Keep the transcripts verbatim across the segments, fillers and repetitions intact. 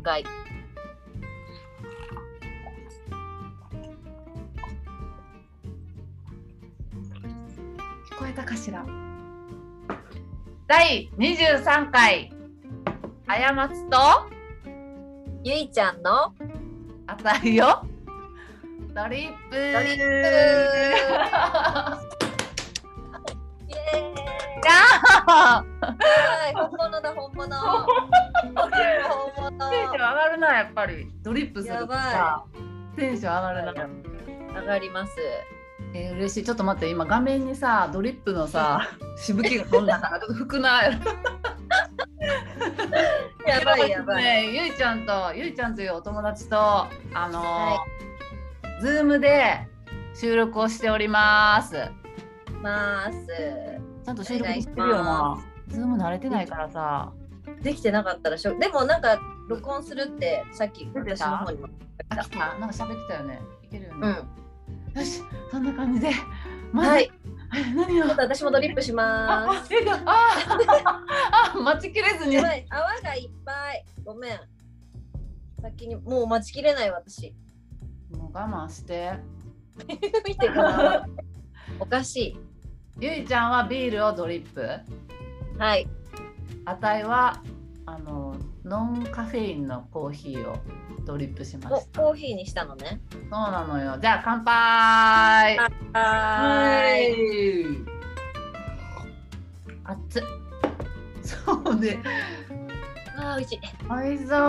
回。 聞こえたかしら。だいにじゅうさんかい、あやまつとゆいちゃんのあたいよドリップドリップイエーイ。はい、本物だ本物。本物。 テンション上がるな、やっぱりドリップするとさテンション上がるな。 上がります。 えー、嬉しい。ちょっと待って、今画面にさドリップのさしぶきが飛んだからちょっと拭くな。 やばいやばい、 ね、ゆいちゃんとゆいちゃんというお友達とあのーはズームで収録をしております。 ますちゃんと収録してるよな。ズーム慣れてないからさ。 できてなかったらしょ。でもなんか録音するってさっき私の方にもあ、来た。なんか喋ってたよね。いけるよね。 うん。 よし、そんな感じで。まず、 はい。 何を。 ちょっと私もドリップしまあ、えが、あ、あ、待ちきれずす。 に。 やばい、泡がいっぱい。ごめん。先にもう待ちきれない私。 もう我慢して。 見てこのおかしい。 ゆいちゃんはビールをドリップ。 はい。 あたいはあのノンカフェインのコーヒーをドリップしまお、 した。 コーヒーにしたのね。 そうなのよ。じゃあ乾杯。 はーい。 い。熱っ。そうで。 あー、美味しい。 おいしそう。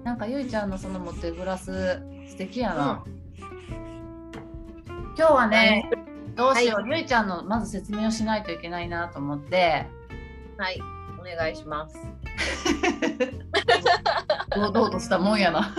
なんかゆいちゃんのその持ってるグラス素敵やな。うん、今日はね、どうしよう、はい、ゆいちゃんのまず説明をしないといけないなと思って。 はい、お願いします。 堂々としたもんやな。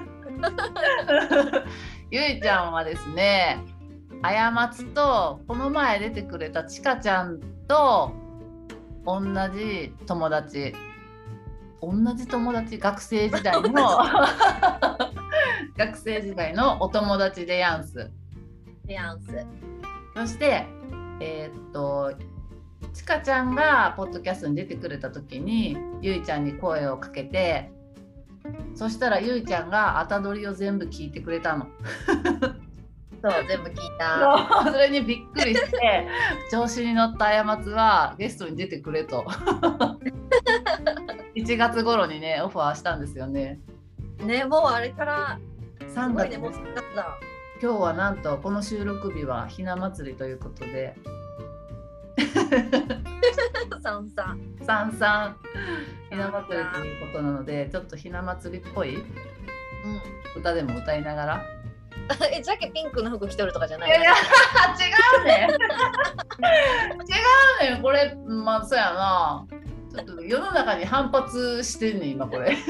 ゆいちゃんはですね、あやまつとこの前出てくれたちかちゃんと同じ友達。同じ友達、学生時代の学生時代のお友達でやんす。 でやんす。 そしてえー、っとちかちゃんがポッドキャストに出てくれた時にゆいちゃんに声をかけて、そしたらゆいちゃんがあたどりを全部聞いてくれたの。 そう、全部聞いた。 それにびっくりして調子に乗ったあやまつはゲストに出てくれといちがつ頃にねオファーしたんですよね。 ね、もうあれからさんがつ、 ね、もうさんがつだ。 今日はなんとこの収録日はひな祭りということでさんさんさんさんひな祭りということなので、ちょっとひな祭りっぽい、うん、歌でも歌いながらえ、ジャケピンクの服着とるとかじゃない？ いやいや違うね違うねこれ。まあそうやな、ちょっと世の中に反発してんねん今これ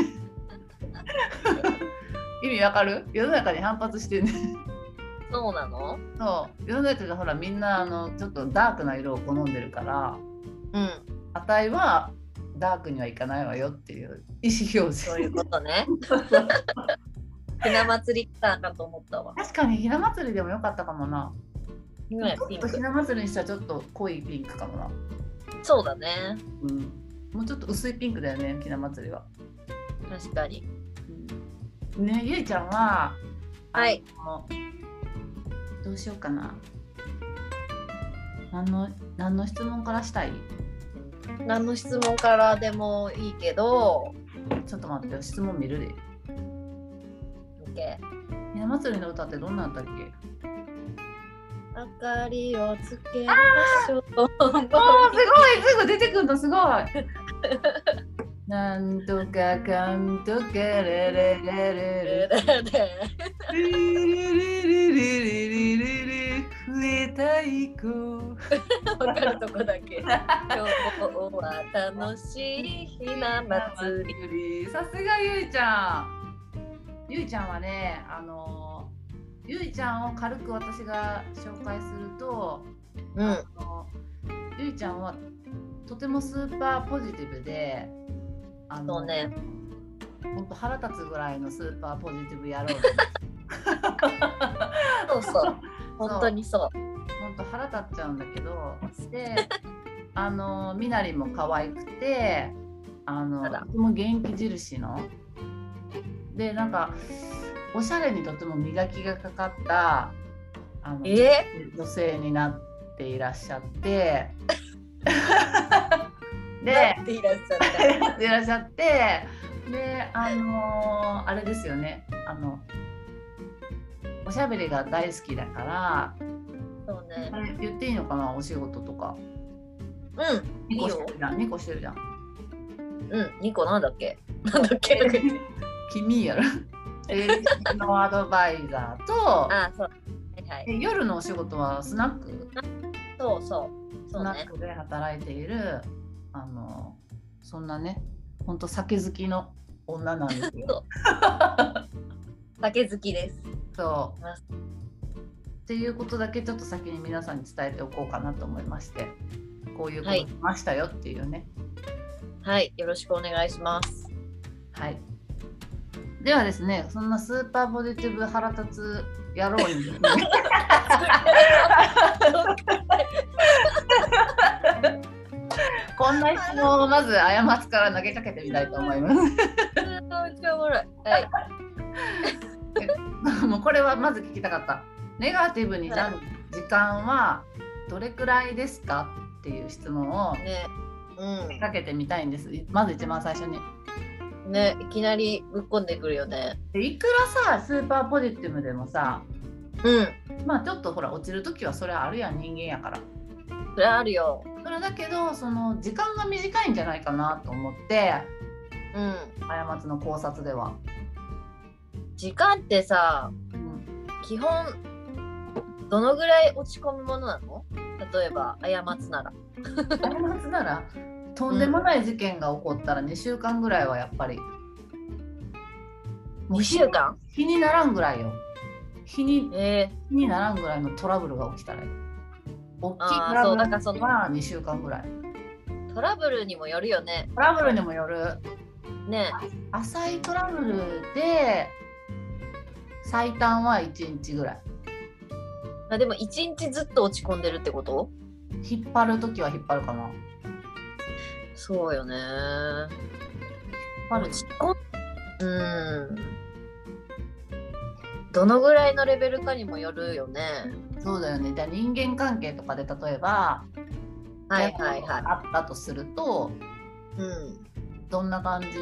意味わかる？世の中に反発してんねん。 そうなの？ そう、世の中がほらみんなあのちょっとダークな色を好んでるから、 うん、 あたいはダークにはいかないわよっていう意思表示。 そういうことね。ひな祭り来たかと思ったわ。 確かにひな祭りでもよかったかもな。 ね、 ちょっとひな祭りにしたらちょっと濃いピンクかもな。 そうだね。 うん。もうちょっと薄いピンクだよね、ひな祭りは。 確かに。 うん、ね、ゆいちゃんは、 はい。 どうしようかな。何の何の質問からしたい？ 何の質問からでもいいけど。 ちょっと待ってよ、質問見るで。ひな祭りの歌ってどんなんだっけ？ 明かりをつけましょう。 あー、すごい、すぐ出てくるのすごい。なんとかかんとかレレレレレリリリリリリリ増えたい子。 わかるとこだけ。今日は楽しいひな祭り。 さすがゆいちゃん。ゆいちゃんはね、あのゆいちゃんを軽く私が紹介すると、 うん、 あのゆいちゃんはとてもスーパーポジティブで、あのそうね、 ほんと腹立つぐらいのスーパーポジティブ野郎。 そうそう、本当にそう。 ほんと腹立っちゃうんだけど、で、あのみなりも可愛くて、あのとても元気印のでなんかおしゃれにとても磨きがかかったあのえ女性になっていらっしゃってでなっていらっしゃったなっていらっしゃってであのーあれですよね、あのおしゃべりが大好きだから、 そうね。 あれ言っていいのかな、お仕事とか。 うん、いにこいよ。 してるじゃん、にこしてるじゃん。 うん、にこなんだっけなんだっけとか言って君やる。営業のアドバイザーと、 あ、そう。はいはい。 で夜のお仕事はスナック、 そうそう。 スそうね。 ナックで働いている、あの、そんなね、ほんと酒好きの女なんですよ。 酒好きです。 そう。 まっていうことだけちょっと先に皆さんに伝えておこうかなと思いまして、こういうことはいしましたよっていうね。 はい、よろしくお願いします。 はい。ではですね、そんなスーパーポジティブ腹立つ野郎にですねこんな質問をまず過ちから投げかけてみたいと思います。 めっちゃおもろい。はい。 もうこれはまず聞きたかった。ネガティブになる時間はどれくらいですかっていう質問をね、 投げかけてみたいんです。まず一番最初に。 うん。ね、いきなりぶっこんでくるよね。 でいくらさ、スーパーポジティブでもさ、 うん。 まあちょっとほら落ちるときはそれはあるやん、人間やから。 それあるよ。 それだけど、その時間が短いんじゃないかなと思って、 うん。 過ちの考察では。 時間ってさ、 うん基本どのぐらい落ち込むものなの？例えば過ちなら。 過ちならとんでもない事件が起こったらにしゅうかんぐらいはやっぱりもうにしゅうかん？ 日にならんぐらいよ。日にえ日にならんぐらいのトラブルが起きたらよ。大きいあートラブそうだからそのルはにしゅうかんぐらい。 ー、トラブルにもよるよね。 トラブルにもよる。 ね。 浅いトラブルで最短はいちにちぐらい。 あ、でも一日ずっと落ち込んでるってこと？ 引っ張るときは引っ張るかな。 そうよね。 引っ張る落ち込んうん。どのぐらいのレベルかにもよるよね。 そうだよね。じゃあ人間関係とかで例えば、 はいはいはい。 あったとすると、 うん。 どんな感じ？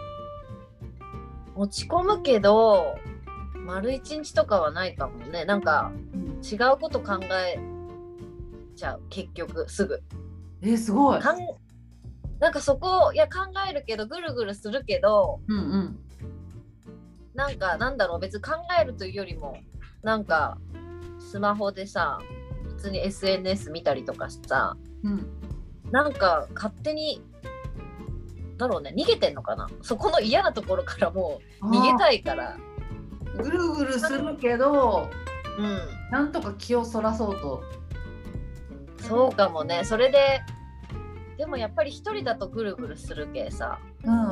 落ち込むけど丸一日とかはないかもね。なんか違うこと考えちゃう、結局すぐ。 えー、すごい。 かんなんかそこいや考えるけどぐるぐるするけど、 うんうん。 なんかなんだろう、別に考えるというよりもなんかスマホでさ普通に エスエヌエス 見たりとかさ、 うん、 なんか勝手にだろうね、逃げてんのかな、そこの嫌なところからもう逃げたいから。 ぐるぐるするけど、 うん、 なんとか気をそらそうと。 そうかもね。それででもやっぱり一人だとぐるぐるするけさ、 うんうんうんうん。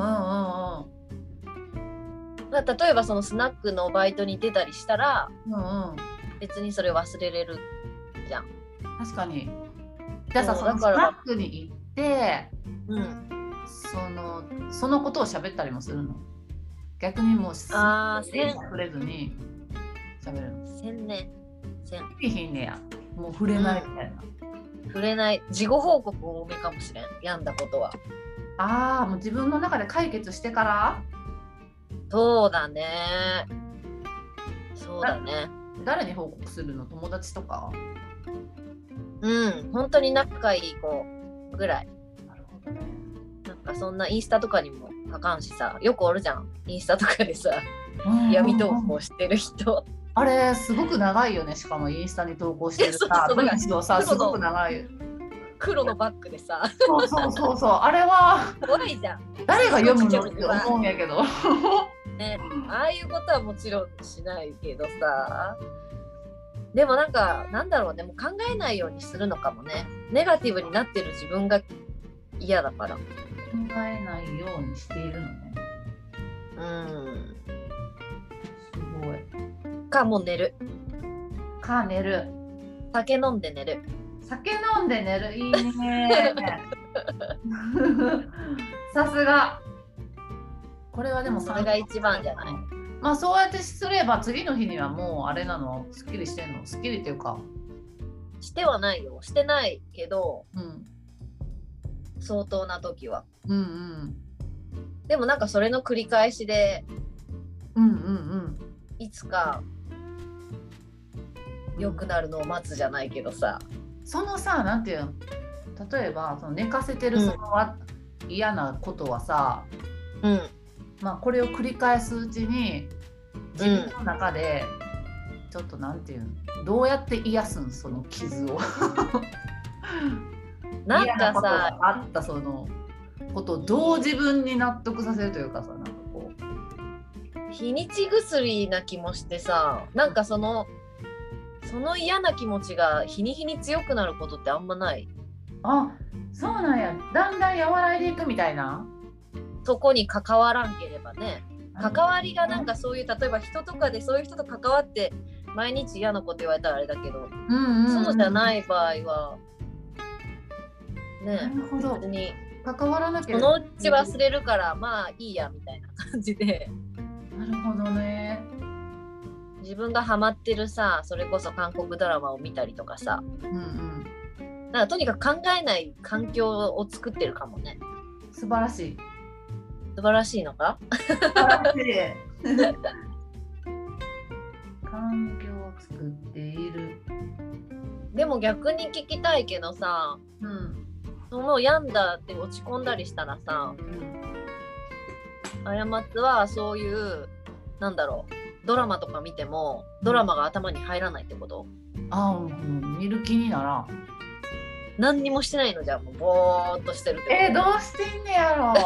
まあ例えばそのスナックのバイトに出たりしたらうんうん、 別にそれ忘れれるじゃん。 確かに。じゃあさ、 そそうのスだからナックに行ってうんそのそのことを喋ったりもするの？逆にもうあーせん触れずに喋るの？ 千年千いいひんねや。もう触れないみたいな。 触れない、事後報告多めかもしれん、病んだことは。 ああ、もう自分の中で解決してから。 そうだね、そうだね。 誰に報告するの？友達とか？ うん、本当に仲いい子ぐらい。 なるほどね。 なんかそんなインスタとかにも書かんしさ、よくおるじゃんインスタとかでさうん闇投稿してる人。 あれすごく長いよね。しかもインスタに投稿してるさ、 そうそう文章さ、 そうそうすごく長い。 黒のバッグでさそうそうそうそう。あれは怖いじゃん誰が読むのって思うんやけど。 ね。ああいうことはもちろんしないけどさ、でもなんかなんだろうね、もう考えないようにするのかもね。ネガティブになってる自分が嫌だから。 考えないようにしているのね。 うんすごい。 かもう寝る、 か寝る。 酒飲んで寝る。 酒飲んで寝る。いいね。さすが。これはでもそれが一番じゃない？ まあそうやってすれば次の日にはもうあれなの、すっきりしてんの？すっきりっていうか、 してはないよ。してないけど、 うん、 相当な時は。 うんうんでもなんかそれの繰り返しで、 うんうんうんいつか良くなるのを待つじゃないけどさ。 そのさ、なんていうの、例えばその寝かせてるそのわ、うん、嫌なことはさ、 うん、 まあこれを繰り返すうちに自分の中でちょっとなんていうの、どうやって癒すん、その傷をなんかさ、 あったそのことをどう自分に納得させるというかさ、なんかこう日にち薬な気もしてさ、なんかそのその嫌な気持ちが日に日に強くなることってあんまない。 あ、そうなんや、だんだん和らいでいくみたいな。 そこに関わらんければね。関わりがなんかそういう、例えば人とかでそういう人と関わって毎日嫌なこと言われたらあれだけど、 うんうんうん、 そうじゃない場合はね、 なるほど、 別に関わらなきゃそのうち忘れるからまあいいやみたいな感じで。 なるほどね。 自分がハマってるさ、それこそ韓国ドラマを見たりとかさ、 うんうん、 だからとにかく考えない環境を作ってるかもね。 素晴らしい。 素晴らしいのか？ 素晴らしい環境を作っている。 でも逆に聞きたいけどさ、 うん、 その病んだって落ち込んだりしたらさ、 うん、 過つはそういうなんだろう、ドラマとか見てもドラマが頭に入らないってこと？ あ、うん、見る気にならん。 何にもしてないの？じゃあもうぼーっとしてるってこと？ えー、どうしてんねやろ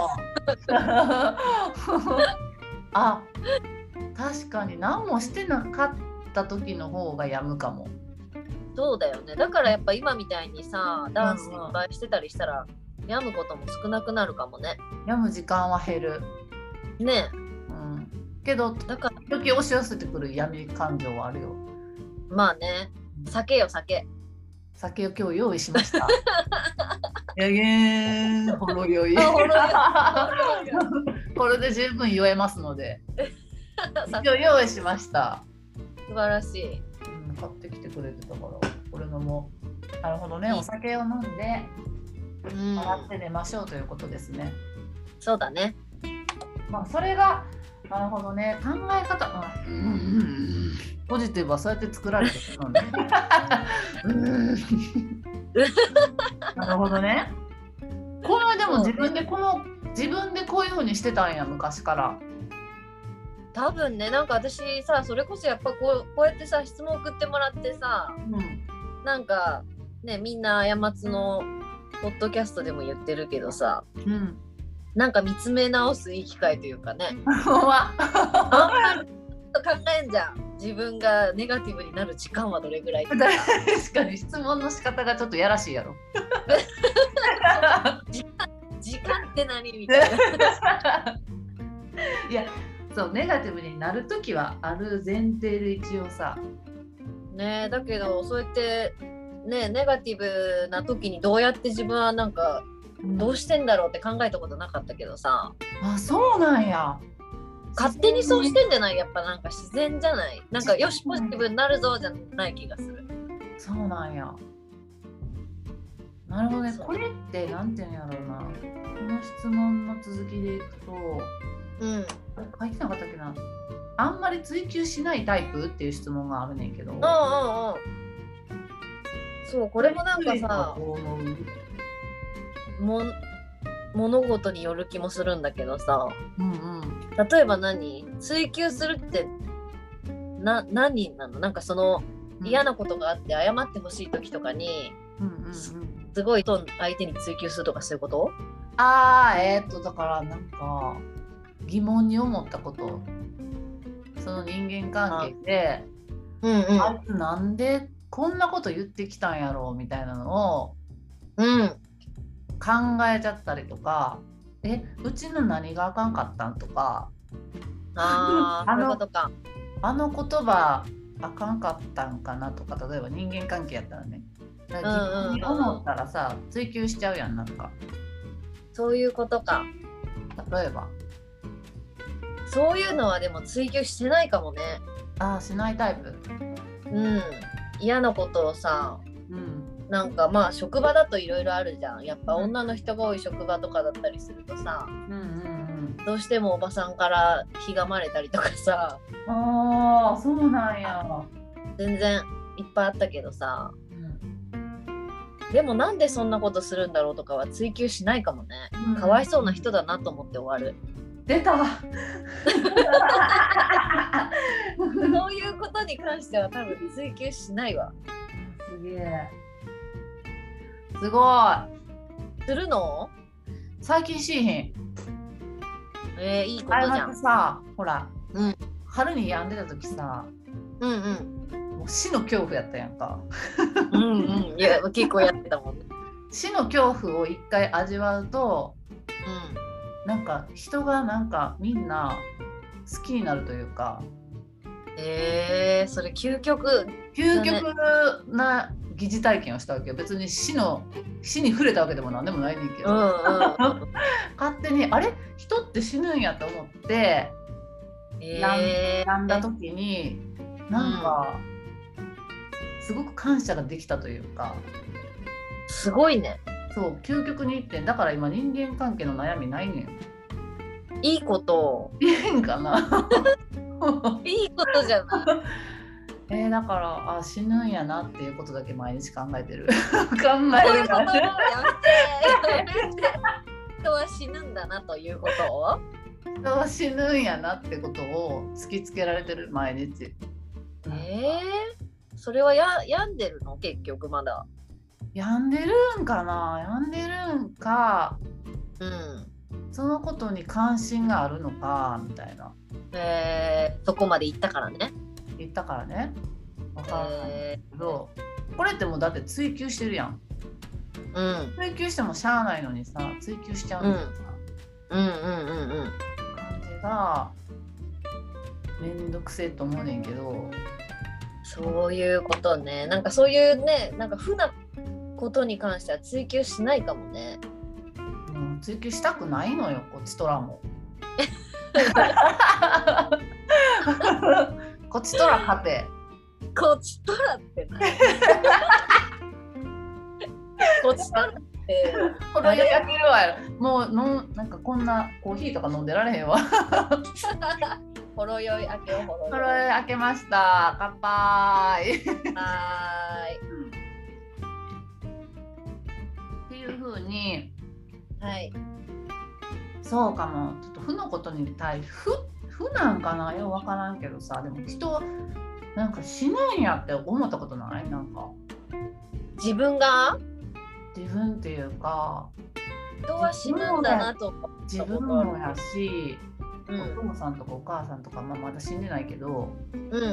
あ、確かに何もしてなかった時の方が病むかも。 そうだよね。だからやっぱ今みたいにさ、ダンスいっぱいしてたりしたら病むことも少なくなるかもね。 病む時間は減るね。 うん、けどだから時々押し寄せてくる闇感情はあるよ。 まあね、酒よ酒。 酒を今日用意しました。やげーん、ほろ酔い。これで十分酔えますので。今日用意しました。 素晴らしい。 うん、買ってきてくれてたから、これのも。なるほどね、お酒を飲んで、笑って寝ましょうということですね。 そうだね。 まあ、それが、なるほどね、考え方。うん、ポジティブはそうやって作られてるのね。なるほどね。これでも自分でこの自分でこういう風にしてたんや、昔から。 多分ね、なんか私さ、それこそやっぱこう、こうやってさ質問送ってもらってさ、うん、なんかね、みんな過つのポッドキャストでも言ってるけどさ、うん、なんか見つめ直すいい機会というかね。あんまり考えんじゃん。自分がネガティブになる時間はどれぐらい？確かに質問の仕方がちょっとやらしいやろ。 時間、時間って何みたいな。 いや、そうネガティブになるときはある前提で一応さ。 ねえ、だけどそうやってねネガティブな時にどうやって自分はなんかどうしてんだろうって考えたことなかったけどさ。 あ、そうなんや。 勝手にそうしてんじゃない？やっぱなんか自然じゃない？なんかよしポジティブになるぞじゃない気がする。 そうなんや。なるほどね。これってなんていうんやろうな。この質問の続きでいくと、うん、書いてなかったっけな。あんまり追求しないタイプっていう質問があるねんけど。うんうんうん。 そう、これもなんかさ、も物事による気もするんだけどさ、うんうん、例えば何？追求するってな何なの？なんかその嫌なことがあって謝ってほしい時とかに、うんうんうん、すごいと相手に追求するとかそういうこと？ ああ、えー、っとだからなんか疑問に思ったこと、その人間関係で、うんうん、あいつなんでこんなこと言ってきたんやろうみたいなのを、うん、考えちゃったりとか、え、うちの何があかんかったんとか、 ああのことか、 あの言葉あかんかったんかなとか、例えば人間関係やったらね、だから自分に思ったらさ、追求しちゃうやん、なんか。 そういうことか。 例えばそういうのはでも追求してないかもね。 ああ、しないタイプ。 うん嫌なことをさ、 うん、 なんかまあ職場だといろいろあるじゃん。やっぱ女の人が多い職場とかだったりするとさ、 うんうんうん、 どうしてもおばさんからひがまれたりとかさ、 ああ、そうなんや。 全然いっぱいあったけどさ、 うん、 でもなんでそんなことするんだろうとかは追求しないかもね。 うん、 かわいそうな人だなと思って終わる。 出たそういうことに関しては多分追求しないわ。 すげえ。すごい。 するの？ 最近しいひん。 えー、いいことじゃん。 さ、ほら、 うん、 春に病んでた時さ、 うんうんもう死の恐怖やったやんか。 うんうん。いや結構やってたもんね。 死の恐怖を一回味わうと、 うん、 なんか人がなんかみんな好きになるというか。 えー、それ究極究極な疑似体験をしたわけよ。別に死の死に触れたわけでもなんでもないねんけど、 うんうんうん、 勝手にあれ人って死ぬんやと思ってえー、 病んだ時になんか、うん、すごく感謝ができたというか。 すごいね。 そう究極にいってんだから今人間関係の悩みないねん。 いいこといいんかないいことじゃない。 えー、だからあ死ぬんやなっていうことだけ毎日考えてる考えるそういうことをやめてやめて人は死ぬんだなということを人は死ぬんやなってことを突きつけられてる毎日。 えー、それはや病んでるの？結局まだ病んでるんかな病んでるんか、 うん、 そのことに関心があるのかみたいな。 えー、そこまで行ったからね。 言ったからね分からないえけど、えー、これってもうだって追求してるやん。 うん、 追求してもしゃあないのにさ追求しちゃうんだよさ、 うんうんうんうん感じがめんどくせえと思うねんけど。 そういうことね。なんかそういうねなんか負なことに関しては追求しないかもね。 うん、追求したくないのよこっちとらもこっちとら勝て。 こっちとらって何こっちとらってほろ酔い開けるわよ。もうのなんかこんなコーヒーとか飲んでられへんわほろ酔い明けをほろ酔いほろ酔い開けました乾杯はーいっていう風に。 はいそうかも。ちょっと負のことに対して負負なんかなよく分からんけどさ、でも人なんか死ぬんやって思ったことない？なんか自分が自分っていうか人は死ぬんだなと自分もやし、 うん、 お父さんとかお母さんとか、まあ、まだ死んでないけど、 うんうんうん、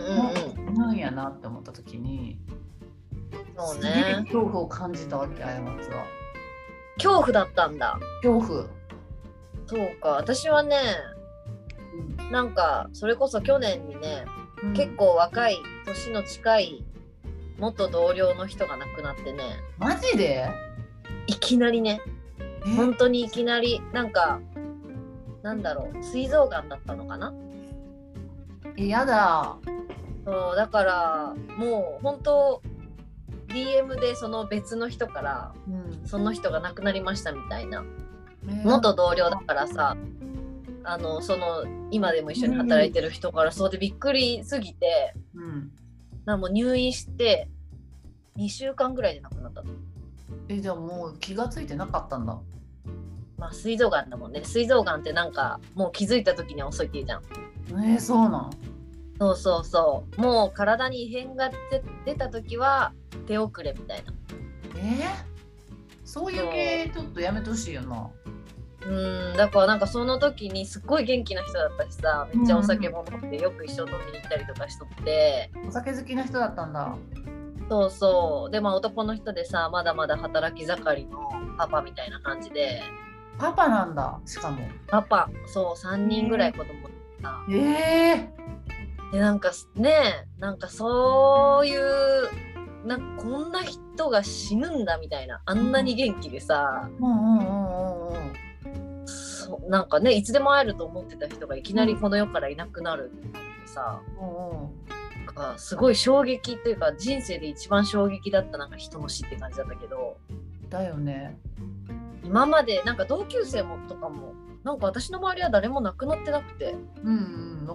死ぬんやなって思った時にそうね、 すげえ恐怖を感じたわけ。過ちは恐怖だったんだ。 恐怖。 そうか。私はね、うん、なんかそれこそ去年にね、うん、結構若い年の近い元同僚の人が亡くなってね。 マジで？ いきなりね、本当にいきなりなんかなんだろう膵臓がんだったのかな。 え、やだ。 そうだからもう本当 ディーエム でその別の人から、うん、その人が亡くなりましたみたいな、えー、元同僚だからさ、あのその今でも一緒に働いてる人から、うん、そうでびっくりすぎて、うん、なんもう入院してにしゅうかんぐらいで亡くなったの。 え、じゃあもう気がついてなかったんだ。 まあ膵臓がんだもんね。膵臓がんってなんかもう気づいた時には遅いって言うじゃん。 えー、そうなん。 そうそうそう。もう体に異変が出た時は手遅れみたいな。 えー、そういう系ちょっとやめてほしいよな。 うん、だからなんかその時にすっごい元気な人だったしさ、めっちゃお酒も飲んでよく一緒に飲みに行ったりとかしとって、 お酒好きな人だったんだ。 そうそう。でまあ男の人でさ、まだまだ働き盛りのパパみたいな感じで。 パパなんだ。しかもパパ、そうさんにんぐらい子供いた。 えー、 でなんかね、なんかそういうなんかこんな人が死ぬんだみたいな、あんなに元気でさ、 うんうんうんうんうん、 そなんかねいつでも会えると思ってた人がいきなりこの世からいなくなるってなるとさ、 うんなんかすごい衝撃っていうか人生で一番衝撃だったなんか人の死って感じだったけど、 だよね。 今までなんか同級生もとかもなんか私の周りは誰も亡くなってなくて、 うんうん、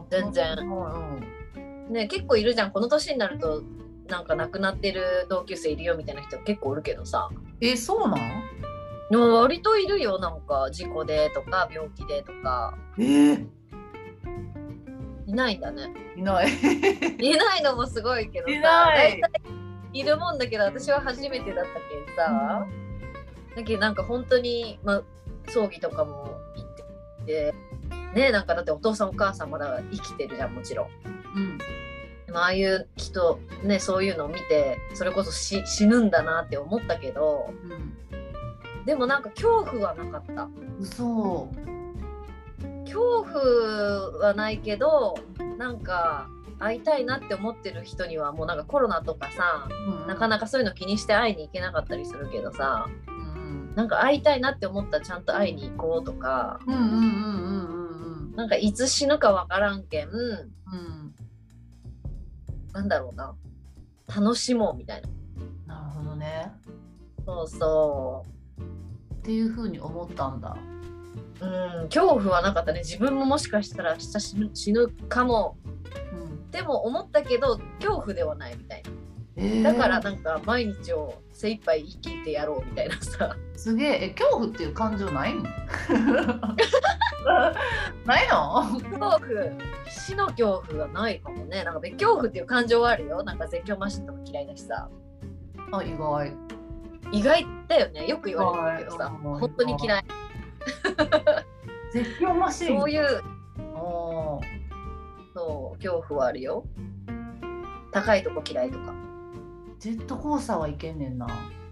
全然、 うんね、結構いるじゃんこの年になるとなんか亡くなってる同級生いるよみたいな人結構おるけどさ、 え、そうなん？ でも割といるよ、なんか事故でとか病気でとか。 えー、 いないんだね。 いないいないのもすごいけどさ、 いない大体いるもんだけど私は初めてだったけんさ、うん、だけどなんか本当に、まあ、葬儀とかも行ってね、なんかだってお父さんお母さんまだ生きてるじゃんもちろん、 うん、 でもああいう人ねそういうのを見てそれこそし死ぬんだなって思ったけど、うん、でもなんか恐怖はなかった。 嘘。 恐怖はないけどなんか会いたいなって思ってる人にはもうなんかコロナとかさ、うん、なかなかそういうの気にして会いに行けなかったりするけどさ、うん、なんか会いたいなって思ったらちゃんと会いに行こうとか、なんかいつ死ぬかわからんけん、うん、なんだろうな、楽しもうみたいな。なるほどね。 そうそうっていう風に思ったんだ。 うん、恐怖はなかったね。自分ももしかしたら明日死ぬ、死ぬかも、うん、でも思ったけど恐怖ではないみたいな、えー、だからなんか毎日を精一杯生きてやろうみたいなさ。 すげえ。え、恐怖っていう感情ないの？ないの？ 恐怖、死の恐怖はないかもね。なんか別恐怖っていう感情はあるよ。なんか絶叫マシンとか嫌いだしさ。 あ、意外。 意外だよね。よく言われるんだけどさ、本当に嫌い。 絶叫マシン。 そういう、そう恐怖はあるよ。高いとこ嫌いとか。 ジェットコースターはいけんねんな。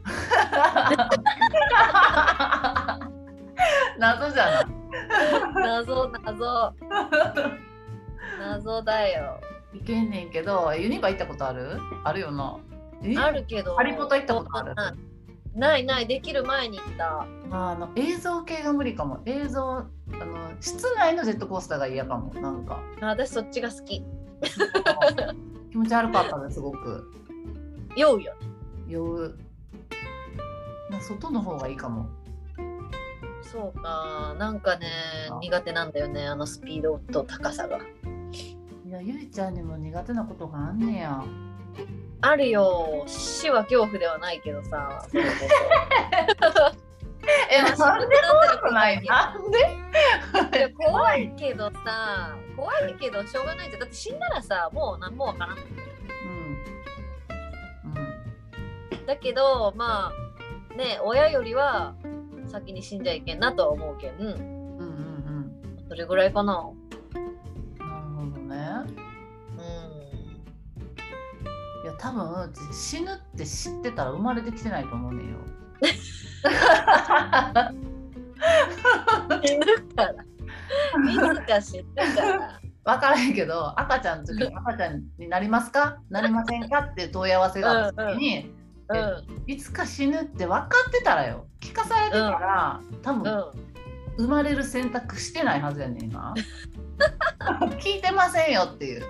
謎じゃない。 謎謎謎だよ。 いけんねんけど、ユニバ行ったことある？あるよな。 あるけど。 ハリポタ行ったことある？ ないない、できる前に行った。 あの映像系が無理かも。映像、あの室内のジェットコースターが嫌かも。なんかあ、私そっちが好き。 気持ち悪かったね、すごく。 酔うよね。 酔う。外の方がいいかも。 そうか、なんかね苦手なんだよね、あのスピードと高さが。 いや、ゆいちゃんにも苦手なことがあんねや。 あるよ。死は恐怖ではないけどさ。 え、なんで怖くない？なんで？ いや怖いけどさ、怖いけどしょうがないじゃん。だって死んだらさ、もう何もわからない。うん。うん。だけどまあね、親よりは先に死んじゃいけんなとは思うけん。うんうんうん。それぐらいかな。 なるほどね。いや多分死ぬって知ってたら生まれてきてないと思うねんよ。 死ぬからいつか死ぬから分からへんけど、赤ちゃんの時に赤ちゃんになりますかなりませんかっていう問い合わせがあった時に、うんうん、いつか死ぬって分かってたらよ、聞かされてたら、うん、多分、うん、生まれる選択してないはずやねん今。聞いてませんよっていう。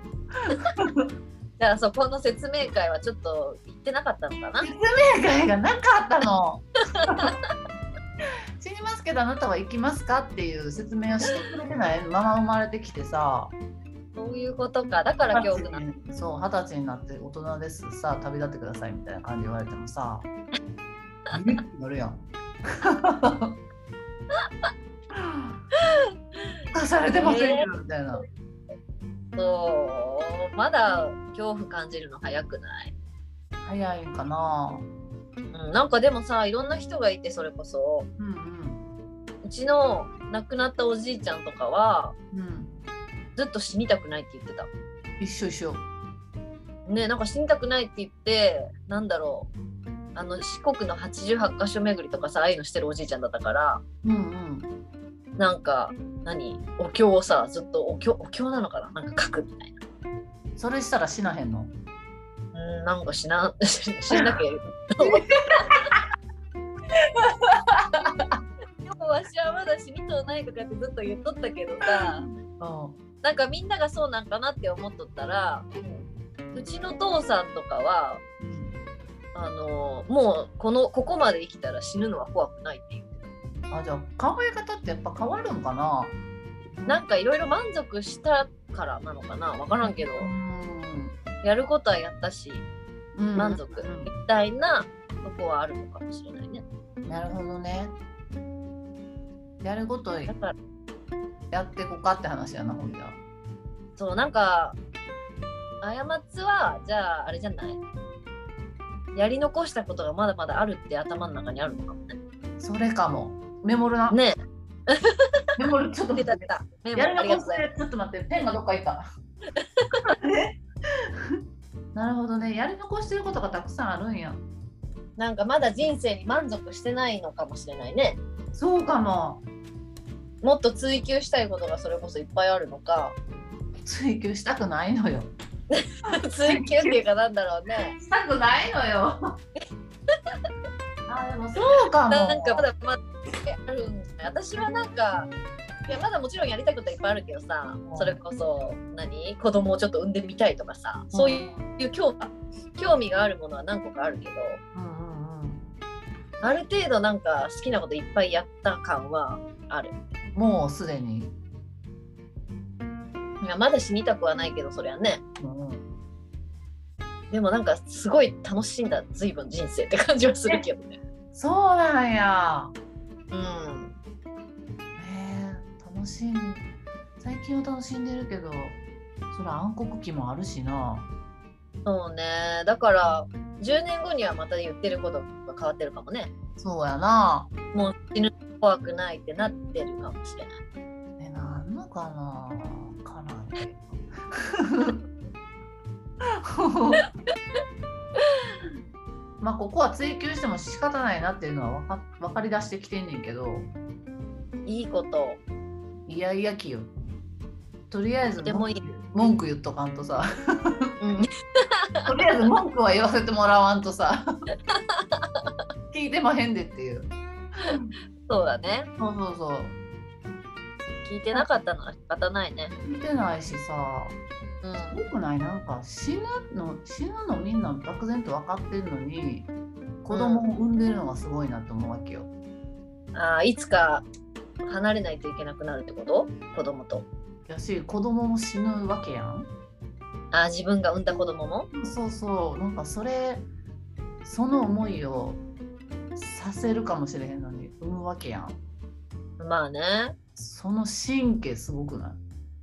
だからそこの説明会はちょっと言ってなかったのかな。 説明会がなかったの。死にますけどあなたは生きますかっていう説明をしてくれてないまま生まれてきてさ。 そういうことか。だから恐怖なの。 そう、二十歳になって大人ですさ、旅立ってくださいみたいな感じ言われてもさ、えってなるやん。生かされてませんよみたいな。 そうまだ恐怖感じるの早くない？ 早いんかな、 うん、なんかでもさいろんな人がいて、それこそ、うんうん、うちの亡くなったおじいちゃんとかは、うん、ずっと死にたくないって言ってた。 一緒一緒ね。なんか死にたくないって言って、なんだろう、あの四国のはちじゅうはちかしょ巡りとかさ、ああいうのしてるおじいちゃんだったから、うんうん、なんか何お経をさずっとお経お経なのかな、なんか書くみたいな。 それしたら死なへんの？ うん、なんか死な死んなきゃいい。でもわしはまだ死にともないとかってずっと言っとったけどさ、 うなんかみんながそうなんかなって思っとったら、うちの父さんとかはあのもうこのここまで生きたら死ぬのは怖くないって言ってん、あ、じゃあ考え方ってやっぱ変わるんかな。 た。なんかいろいろ満足したからなのかな、分からんけど、 うん、 やることはやったしうん満足みたいなとこはあるのかもしれないね。 なるほどね。やることだからやってこかって話やな、ほんじゃ。 そう、なんか過ちはじゃああれじゃない、やり残したことがまだまだあるって頭の中にあるのかもね。 それかも。メモるな。 ねメモる、ちょっとえ、 待って。 出た出た。 やるありが残しとうございます。 て、ちょっと待って、ペンがどっか行った。なるほどね。やり残してることがたくさんあるんや。 なんかまだ人生に満足してないのかもしれないね。 そうかも。 もっと追求したいことがそれこそいっぱいあるのか。 追求したくないのよ。 追求っていうかなんだろうね。 したくないのよ。あ、でもそうかも。 なんかまだまだあるんだ。私はなんか、いやまだもちろんやりたいことはいっぱいあるけどさ、それこそ何子供をちょっと産んでみたいとかさ、そういう興味興味があるものは何個かあるけど、 うんうんうん、 ある程度なんか好きなこといっぱいやった感はある。 もうすでに。 いやまだ死にたくはないけどそりゃね。 うんうん、 でもなんかすごい楽しんだ随分人生って感じはするけどね。 そうなんや。 うん。 へえ、楽しん最近は楽しんでるけど、それ暗黒期もあるしな。 そうね。だからじゅうねんごにはまた言ってることが変わってるかもね。 そうやな。 もう死ぬ怖くないってなってるかもしれない。 え、なんのかな。かな。まあここは追求しても仕方ないなっていうのは分か、分かりだしてきてんねんけど、 いいこといやいやきよ。とりあえずでもいい。 文句言っとかんとさ、 うん、 とりあえず文句は言わせてもらわんとさ、聞いてまへんでっていう。 そうだね。 そうそうそう。 聞いてなかったのは仕方ないね。 聞いてないしさ、 うん、 すごくない？なんか死ぬの死ぬのみんな漠然と分かってるのに、子供を産んでるのがすごいなと思うわけよ。 あ、いつか離れないといけなくなるってこと？子供と。 やし、子供も死ぬわけやん。 あ、自分が産んだ子供も？ そうそう、なんかそれその思いをさせるかもしれへんのに産むわけやん。 まあね。 その神経すごくない？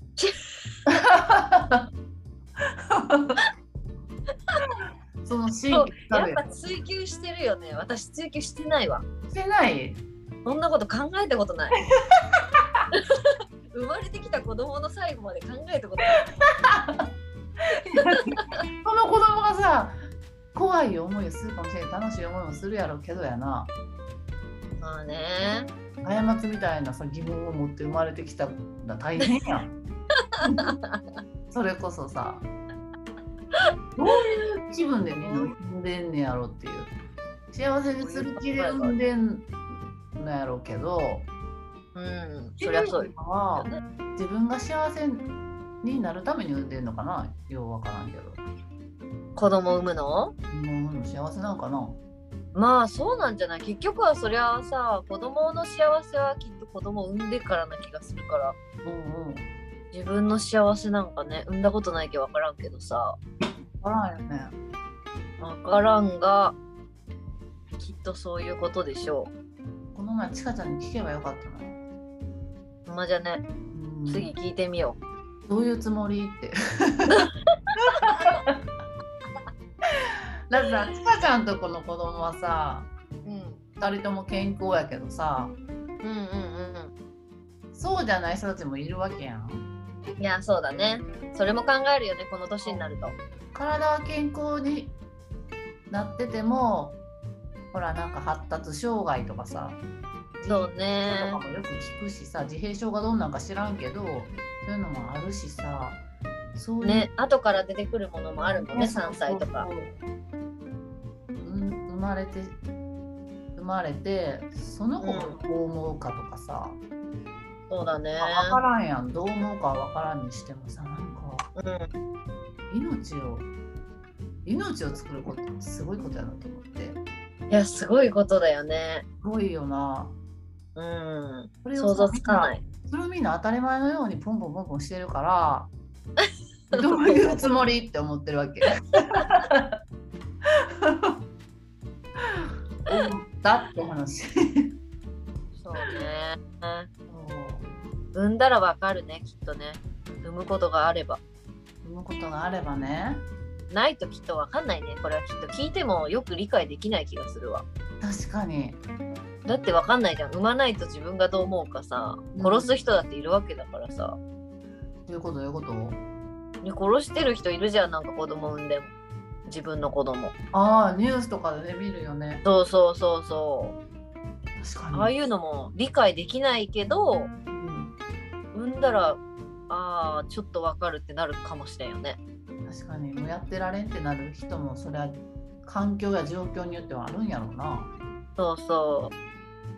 その神経やっぱ追求してるよね。私追求してないわ。 してない？ そんなこと考えたことない。生まれてきた子供の最後まで考えたことない。 その子供がさ、怖い思いをするかもしれない、楽しい思いもするやろうけどやな。 まあね。 過ちみたいなさ疑問を持って生まれてきたら大変やん。それこそさ、どういう気分でみんな産んでんねやろっていう。幸せにする気で産んでんのやろうけど、 うん、そりゃそうよ。 は自分が幸せになるために産んでんのかな、ようわからんけど。 子供産むの？ もう幸せなのかな。 まあそうなんじゃない。結局はそりゃさ、子供の幸せはきっと子供を産んでからな気がするから、 うんうん、 自分の幸せなんかね、産んだことないけど分からんけどさ、 わからんよね。 分からんがきっとそういうことでしょこの前ちかちゃんに聞けばよかったな。 う。まあじゃあね、 うん、 次聞いてみよう。どういうつもりって。だってさ、ちかちゃんとこの子供はさ、 う。うん、 ふたりとも健康やけどさ、 うんうんうんそうじゃない人たちもいるわけやん。 うん。いやそうだね。それも考えるよね、この年になると。 体は健康になってても、ほらなんか発達障害とかさ、 そうね。 とかもよく聞くしさ、自閉症がどんなんか知らんけど、そういうのもあるしさ、そういうね、後から出てくるものもあるもんね、さんさいとか。 うん、生まれて生まれてその子がどう思うかとかさ、 そうだね。 分からんやん、どう思うか分からんにしてもさ、なんか、うん、命を命を作ることってすごいことやなと思って。 いや、すごいことだよね。 すごいよな。 うん、 それを想像つかない。 それをみんな当たり前のようにポンポンポンポンしてるからどういうつもりって思ってるわけ。だって話。 そうね。産んだらわかるね、きっとね。産むことがあれば。 産むことがあればね。 ないときっとわかんないね。これはきっと聞いてもよく理解できない気がするわ。 確かに。 だってわかんないじゃん。産まないと自分がどう思うかさ、殺す人だっているわけだからさ。 どういうことどういうこと？ ね、殺してる人いるじゃん、なんか子供産んでも。自分の子供。 ああ、ニュースとかで、ね、見るよね。 そうそうそうそう。 確かに。 ああいうのも理解できないけど、うん、産んだら、ああ、ちょっとわかるってなるかもしれんよね。 確かに、もうやってられんってなる人も、それは環境や状況によってはあるんやろうな。 そうそう。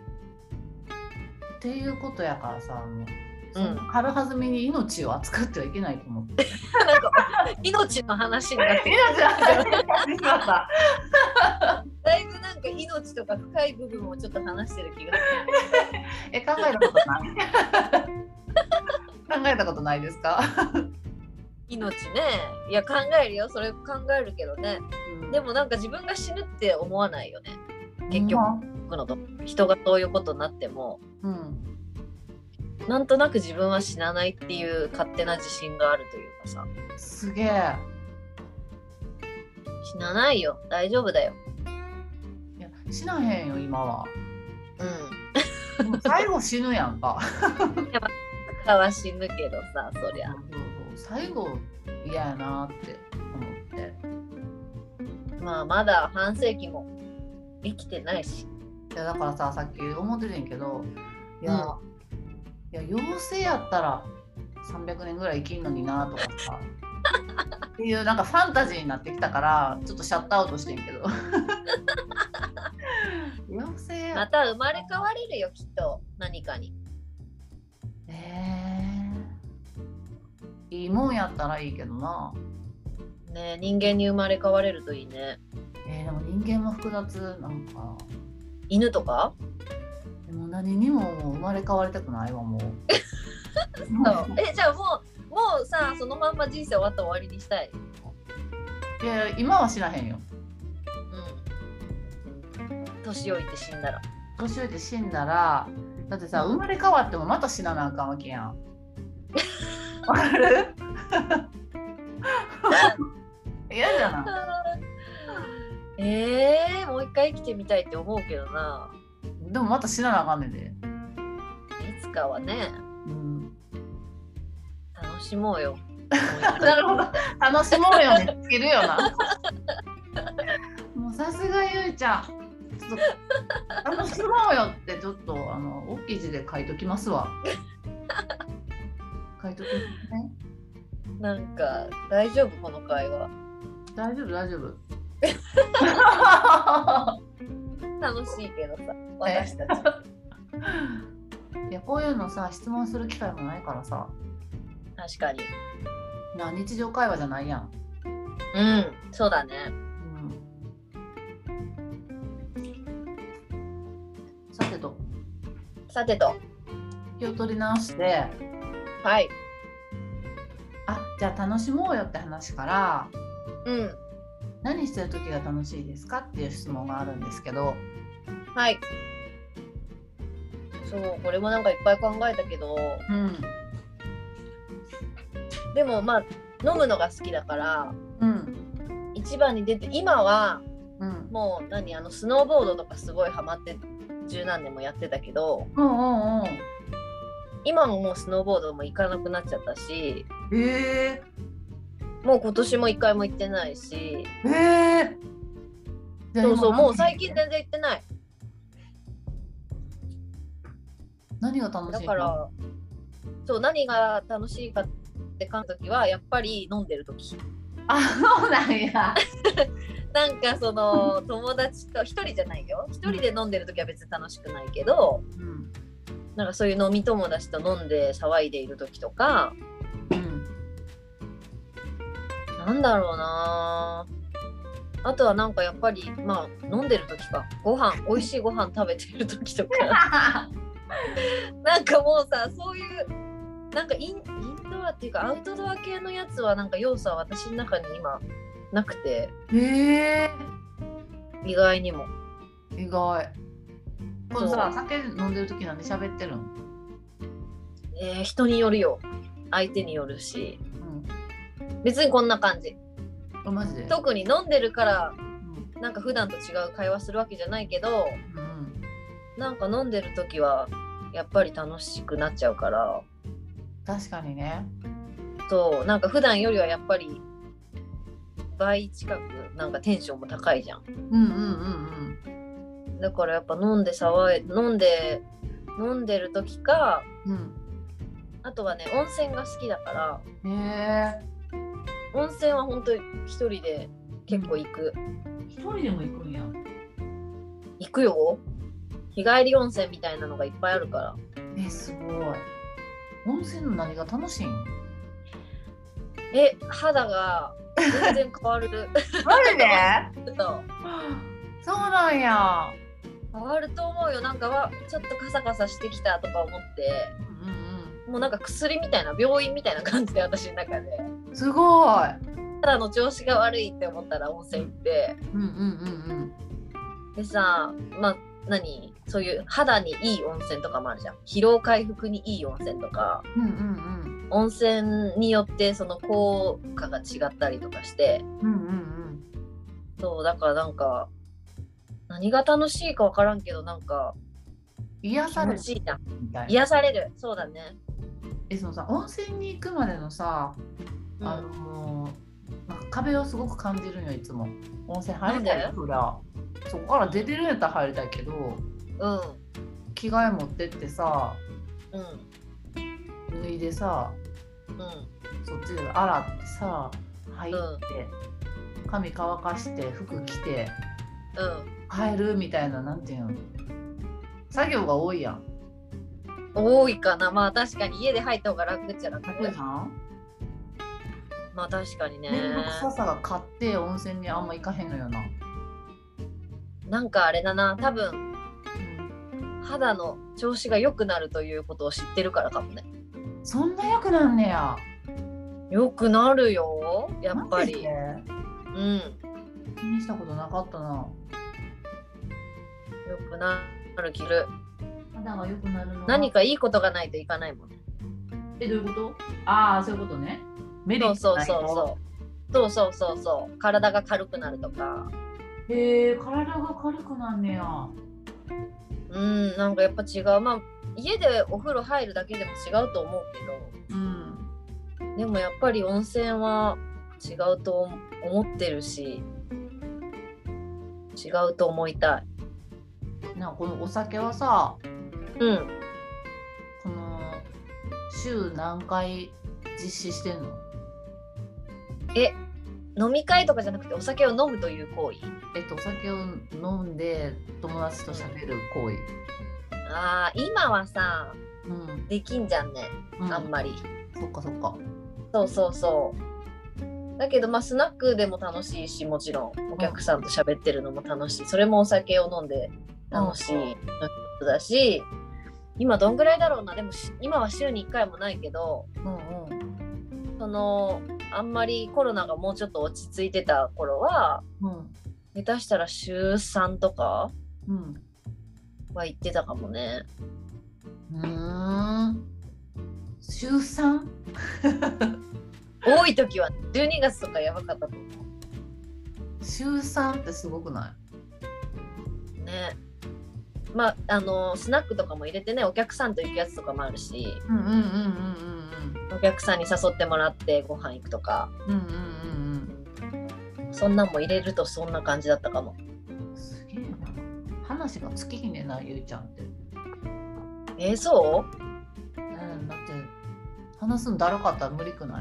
っていうことやからさ、もうその軽はずみに命を扱ってはいけないと思って。 なんか命の話になってきた。だいぶなんか命とか深い部分をちょっと話してる気がする。 え、考えたことない？考えたことないですか？ 命ね。いや考えるよ。それ考えるけどね。うん、でもなんか自分が死ぬって思わないよね。結局、うん、のと人がそういうことになっても、うん、なんとなく自分は死なないっていう勝手な自信があるというかさ。 すげえ。 死なないよ。大丈夫だよ。 いや、死なへんよ今は。 うん。 最後死ぬやんか。 やっぱは死ぬけどさ、そりゃ。 最後嫌やなって思って。 まあまだ半世紀も生きてないし。 いやだからさ、さっき思っててんけど、いや、うん、いや妖精やったらさんびゃくねんぐらい生きんのになとかさっていうなんかファンタジーになってきたからちょっとシャットアウトしてんけど。妖精また生まれ変われるよきっと何かに。 えー、いいもんやったらいいけどな。 ねえ、人間に生まれ変われるといいね。 えー、でも人間も複雑なんか。 犬とか？ でも何にももう生まれ変わりたくないわもう。 そうえじゃあもうもうさそのまんま人生終わったら終わりにしたい？ いや今は知らへんよ。 うん。年老いて死んだら。 年老いて死んだらだってさ、うん、生まれ変わってもまた死ななあかんわけやん。わかる？嫌じゃない？ えー、もう一回生きてみたいって思うけどな。 でもまた死ななあかんねんで。 いつかはね、うん、楽しもうよ。 なるほど、楽しもうよねつけるよな。もうさすがゆいちゃん、ちょっと楽しもうよってちょっとあの大きい字で書いときますわ。書いときますね。 なんか大丈夫この会話？ 大丈夫大丈夫。 楽しいけどさ私たち。 いやこういうのさ質問する機会もないからさ。 確かにな、日常会話じゃないやん。 うんそうだね、 うん、さてとさてと気を取り直して、 はい、 あじゃあ楽しもうよって話から、 うん何してる時が楽しいですかっていう質問があるんですけど。 はい。そうこれもなんかいっぱい考えたけど、うん、でもまあ飲むのが好きだから、うん、一番に出て今は、うん、もう何あのスノーボードとかすごいハマって十何年もやってたけど、うんうんうん、今ももうスノーボードも行かなくなっちゃったし、 えー、もう今年も一回も行ってないし、 えー、 そうそうもう最近全然行ってない。 何が楽しいの？ だからそう何が楽しいかって考えた時はやっぱり飲んでる時。 あ、そうなんや。 なんかその友達と一人じゃないよ。一人で飲んでる時は別に楽しくないけど、うん、 なんかそういう飲み友達と飲んで騒いでいる時とか、 うん、 なんだろうな。あとはなんかやっぱりまあ飲んでる時か、ご飯美味しいご飯食べてる時とかなんかもうさ、そういうなんかイン、インドアっていうかアウトドア系のやつはなんか要素は私の中に今なくて、 へえ、 意外にも。 意外。このさ、 そう酒飲んでる時なんで喋ってるの？ えー、人によるよ、相手によるし、 うん、 別にこんな感じ。 あ、マジで？ 特に飲んでるからうん、 なんか普段と違う会話するわけじゃないけど、 うん、 なんか飲んでる時はやっぱり楽しくなっちゃうから、 確かにね。 そうなんか普段よりはやっぱり倍近くなんかテンションも高いじゃん。 うんうんうんだからやっぱ飲んで騒い飲んで飲んでる時か、 うん。 あとはね温泉が好きだから、 うん、へえ。 温泉は本当に一人で結構行く。 一人でも行くんや。 行くよ。日帰り温泉みたいなのがいっぱいあるから。 え、すごい。温泉の何が楽しいん？ え、肌が全然変わる。 マジで？ そうそうなんや。 変わると思うよ。なんかはちょっとカサカサしてきたとか思って、 うんうんもうなんか薬みたいな、病院みたいな感じで私の中で。 うん。すごい。 肌の調子が悪いって思ったら温泉行って、 うんうんうんでさ、まあ何そういう肌にいい温泉とかもあるじゃん。疲労回復にいい温泉とか、 うんうんうん温泉によってその効果が違ったりとかして、 うんうんうん。 そうだからなんか何が楽しいか分からんけど、なんか気癒される持ちいいじゃん。 みたいな。 癒される。そうだね。 え、そのさ、温泉に行くまでのさ、あのー、なんか壁をすごく感じるんよ、いつも。温泉入りたいなんで？ そりゃそこから出てるんやったら入りたいけど、 うん着替え持ってってさ、 うん脱いでさ、 うんそっちで洗ってさ、入って、 うん、 髪乾かして服着てうん帰るみたいな、なんていうの、作業が多いやん。 多いかな。まあ確かに家で入った方が楽っちゃ楽。 楽じゃん。 まあ確かにね。 面倒くささが勝って温泉にあんま行かへんのよな。 なんかあれだな、多分うん、 肌の調子が良くなるということを知ってるからかもね。 そんな良くなんねや。 良くなるよ、やっぱり。 マジで？ うん。 気にしたことなかったな。 良くなる気る。 肌が良くなるのは何かいいことがないといかないもんね。 え、どういうこと？ああ、そういうことね。メリットないと。 そうそうそうそうそうそうそう体が軽くなるとか。 へえ、体が軽くなんねや。 うん、なんかやっぱ違う。まあ家でお風呂入るだけでも違うと思うけど、 うん。 でもやっぱり温泉は違うと思ってるし、違うと思いたい。 なんかこのお酒はさ、 うん。 この週何回実施してんの？ え、飲み会とかじゃなくてお酒を飲むという行為？ えっと、お酒を飲んで友達と喋る行為。 ああ、今はさ、 うん。 できんじゃんね、 うん、 あんまり。 そっかそっか。 そうそうそう。だけどまあスナックでも楽しいし、もちろんお客さんと喋ってるのも楽しい。それもお酒を飲んで楽しいの一つだし、今どんぐらいだろうな。でも今は週にいっかいもないけど、 うんうん。 そのあんまりコロナがもうちょっと落ち着いてた頃は、 うん、 下手したら週さんとかうんは行ってたかもね。 うーん。週 さん？ 多い時はじゅうにがつとかやばかったと思う。週さんってすごくなうね。まああのスナックとかも入れてね、お客さんと行くやつとかもあるし、 い？うんうんうんうんうんお客さんに誘ってもらってご飯行くとか、 うんうんうんうん。 そんなんも入れるとそんな感じだったかも。 すげえな。話が尽きひんねんな、ゆいちゃんって。 えー、そう？ うん、だって話すのだるかったら無理くない？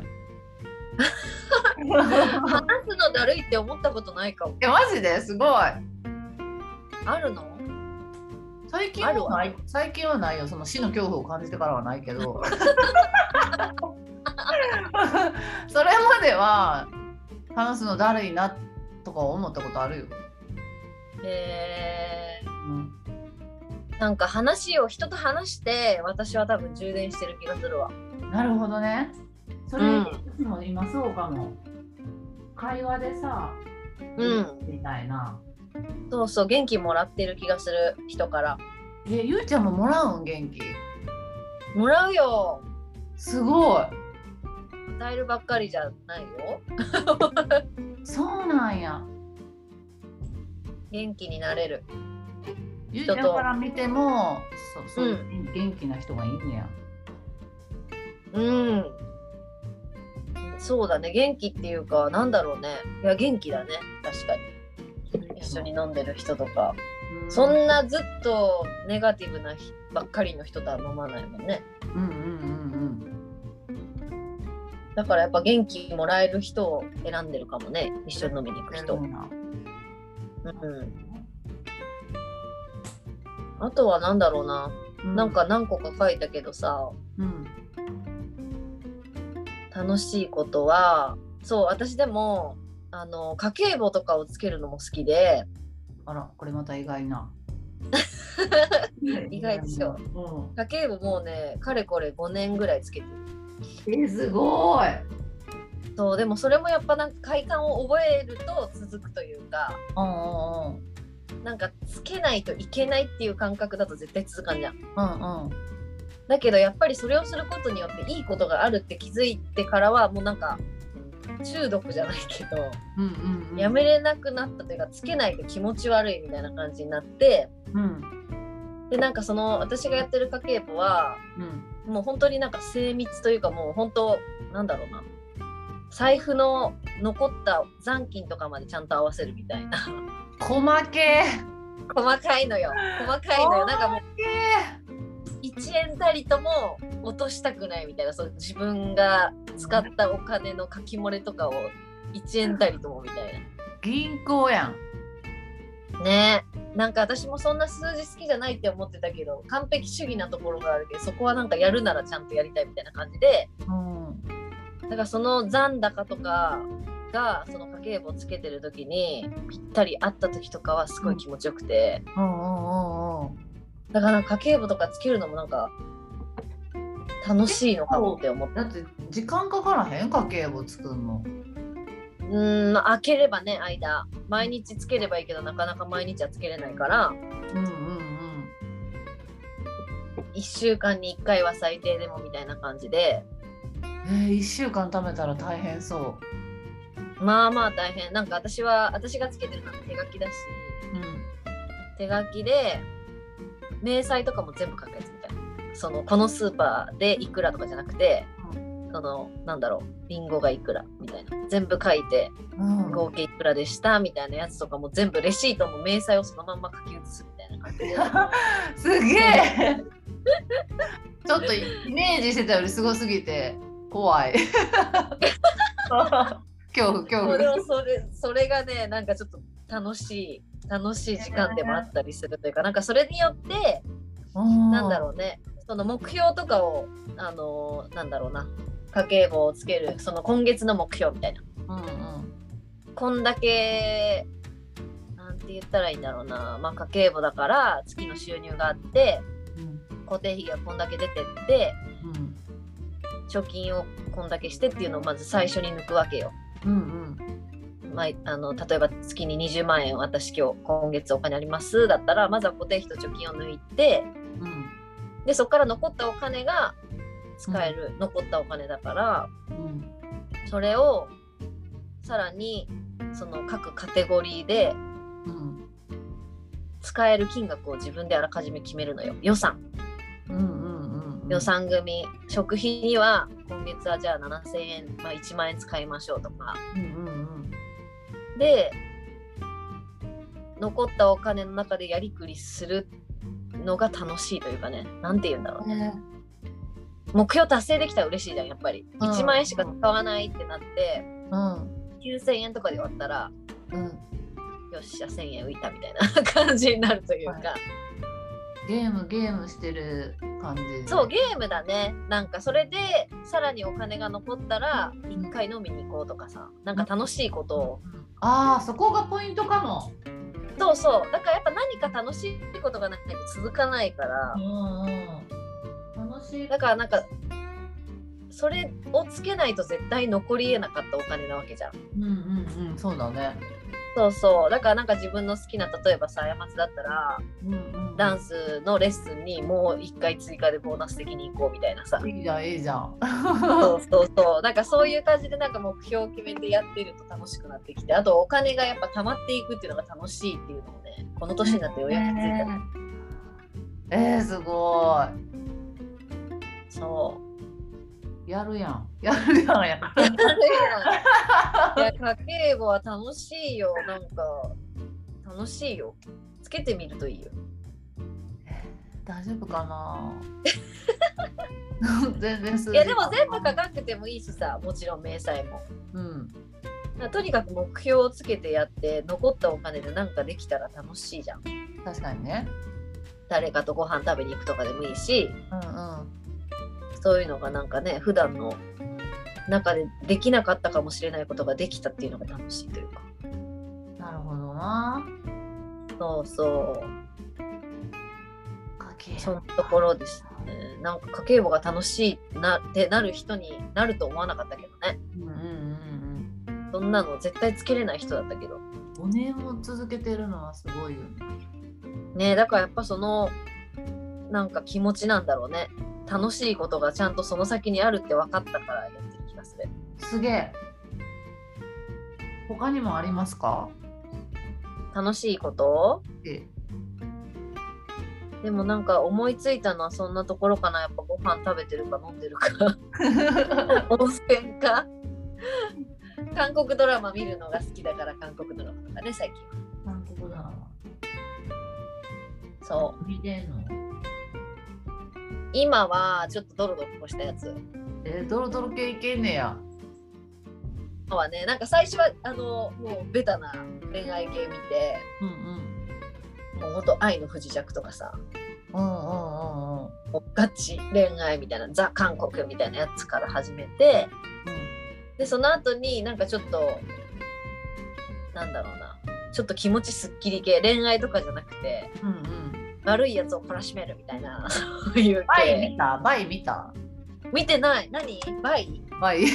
話すのだるいって思ったことないかも。 え、マジですごい。 あるの？ 最近はない最近はないよ。その死の恐怖を感じてからはないけどそれまでは話すのだるいなとか思ったことあるよ。 へー、 うん、 なんか話を人と話して私は多分充電してる気がするわ。 なるほどね。それ、 うんいつも今そうかも。会話でさ、 うん、 みたいな。 そうそう、元気もらってる気がする人から。 え、ゆうちゃんももらうん元気？ もらうよ。 すごい。 与えるばっかりじゃないよ。 そうなんや。 元気になれる。 ゆうちゃんから見ても、そそういう元気な人がいいんや。 うん。そうだね、元気っていうか、なんだろうね。いや、元気だね、確かに。一緒に飲んでる人とか。 うん、 そんなずっとネガティブな人ばっかりの人とは飲まないもんね。 うんうんうんうん。 だからやっぱ元気もらえる人を選んでるかもね、一緒に飲みに行く人。うん。あとはなんだろうな、うん、なんか何個か書いたけどさ、うん、楽しいことは、そう、私でもあの家計簿とかをつけるのも好きで。 あら、これまた意外な。 意外でしょ。うん、家計簿もうね、かれこれごねんぐらいつけてる。 え、すごい。 そう、でもそれもやっぱなんか快感を覚えると続くというか、うんうんうん、なんかつけないといけないっていう感覚だと絶対続かんじゃん。うんうん、だけどやっぱりそれをすることによっていいことがあるって気づいてからはもうなんか中毒じゃないけど、うんうんうん、やめれなくなったというか、つけないと気持ち悪いみたいな感じになって、うん、でなんかその私がやってる家計簿は、うん、もう本当になんか精密というか、もう本当なんだろうな、財布の残った残金とかまでちゃんと合わせるみたいな。 細けー細かいのよ、細かいのよ。なんかもういちえんたりとも落としたくないみたいな、そう自分が使ったお金の書き漏れとかをいちえんたりともみたいな。 銀行やんね。なんか私もそんな数字好きじゃないって思ってたけど、完璧主義なところがあるけど、そこはなんかやるならちゃんとやりたいみたいな感じで、うん、だからその残高とかがその家計簿をつけてる時にぴったりあった時とかはすごい気持ちよくて、うんうんうんうん、だから家計簿とかつけるのもなんか楽しいのかもって思って。 だって時間かからへん、家計簿作るの。 うーん、まあ、開ければね、間毎日つければいいけど、なかなか毎日はつけれないから、うんうんうん、いっしゅうかんにいっかいは最低でもみたいな感じで。 えー、いっしゅうかん貯めたら大変そう。 まあまあ大変。なんか私は私がつけてるのは手書きだし、うん、手書きで明細とかも全部書くやつみたいな。そのこのスーパーでいくらとかじゃなくて、うん、そのなんだろう、リンゴがいくらみたいな全部書いて、うん、合計いくらでしたみたいなやつとかも全部レシートも明細をそのまんま書き写すみたいな感じで。 すげえちょっとイメージしてたよりすごすぎて怖い恐怖恐怖。 でもそれそれがね、なんかちょっと楽しい楽しい時間でもあったりするというか、なんかそれによってなんだろうね、その目標とかをあのー、なんだろうな、家計簿をつけるその今月の目標みたいな、うんうん、こんだけなんて言ったらいいんだろうな、まあ、家計簿だから月の収入があって、うん、固定費がこんだけ出てって、うん、貯金をこんだけしてっていうのをまず最初に抜くわけよ、うんうん、まあ、あの例えば月ににじゅうまんえん私今日今月お金ありますだったら、まずは固定費と貯金を抜いて、うん、でそこから残ったお金が使える、うん、残ったお金だから、うん、それをさらにその各カテゴリーで、うん、使える金額を自分であらかじめ決めるのよ、予算、うんうんうんうん、予算組、食費には今月はじゃあななせんえん、まあ、いちまんえん使いましょうとか、うんうんうん、で残ったお金の中でやりくりするのが楽しいというかね、なんて言うんだろうね、目標達成できたら嬉しいじゃん、やっぱり、うん、いちまんえんしか使わないってなって、うん、きゅうせんえんとかで終わったら、うん、よっしゃせんえん浮いたみたいな感じになるというか、はい、 ゲームゲームしてる感じ。 そうゲームだね。なんかそれでさらにお金が残ったら一回飲みに行こうとかさ、なんか楽しいことを、 うん、ああそこがポイントかも。 そうそうだからやっぱ何か楽しいことがないと続かないから、 うんうん、楽しい。 だからなんかそれをつけないと絶対残りえなかったお金なわけじゃん。 うんうんうん、そうだね。 そうそうだからなんか自分の好きな、例えばさ過ちだったら、 うんうん、 ダンスのレッスンにもう一回追加でボーナス的に行こうみたいなさ。 いいじゃんいいじゃん。 そうそうそうなんかそういう感じでなんか目標を決めてやってると楽しくなってきて、あとお金がやっぱ貯まっていくっていうのが楽しいっていうのをね、この年になってようやく気づいた。 えー、すごい。そう。 やるやん。やるやんや。 いや家計簿は楽しいよ。なんか楽しいよ。つけてみるといいよ。 大丈夫かな。全然数字。 いやでも全部書かなくてもいいしさ、もちろん明細も。 うん。 とにかく目標をつけてやって残ったお金でなんかできたら楽しいじゃん。 確かにね。 誰かとご飯食べに行くとかでもいいし、 うんうん、 そういうのがなんかね普段の中でできなかったかもしれないことができたっていうのが楽しいというか。 なるほどな。 そうそう家計そのところですね。なんか家計簿が楽しいなってなる人になると思わなかったけどね。 うんうんうんうん。 そんなの絶対つけれない人だったけど。 ごねんも続けてるのはすごいよね。 ね、だからやっぱそのなんか気持ちなんだろうね。楽しいことがちゃんとその先にあるって分かったからやってる気がする。 すげえ。他にもありますか？ 楽しいこと？ えでもなんか思いついたのはそんなところかな。やっぱご飯食べてるか飲んでるか温泉か韓国ドラマ見るのが好きだから韓国ドラマとかね最近は。 韓国ドラマ。 そう見てんの？ 今はちょっとドロドロしたやつ。 えー、ドロドロ系いけんねや。 今はねなんか最初はあのもうベタな恋愛系見て、 うんうん、 もうほんと愛の不時着とかさ、 うんうんうんうん、 もうガチ恋愛みたいなザ韓国みたいなやつから始めて、うん、でその後になんかちょっとなんだろうな、ちょっと気持ちすっきり系、恋愛とかじゃなくて、うんうん、悪いやつを懲らしめるみたいなそういう系。 バイ見た？バイ見た？ 見てない。何？バイ？ バイ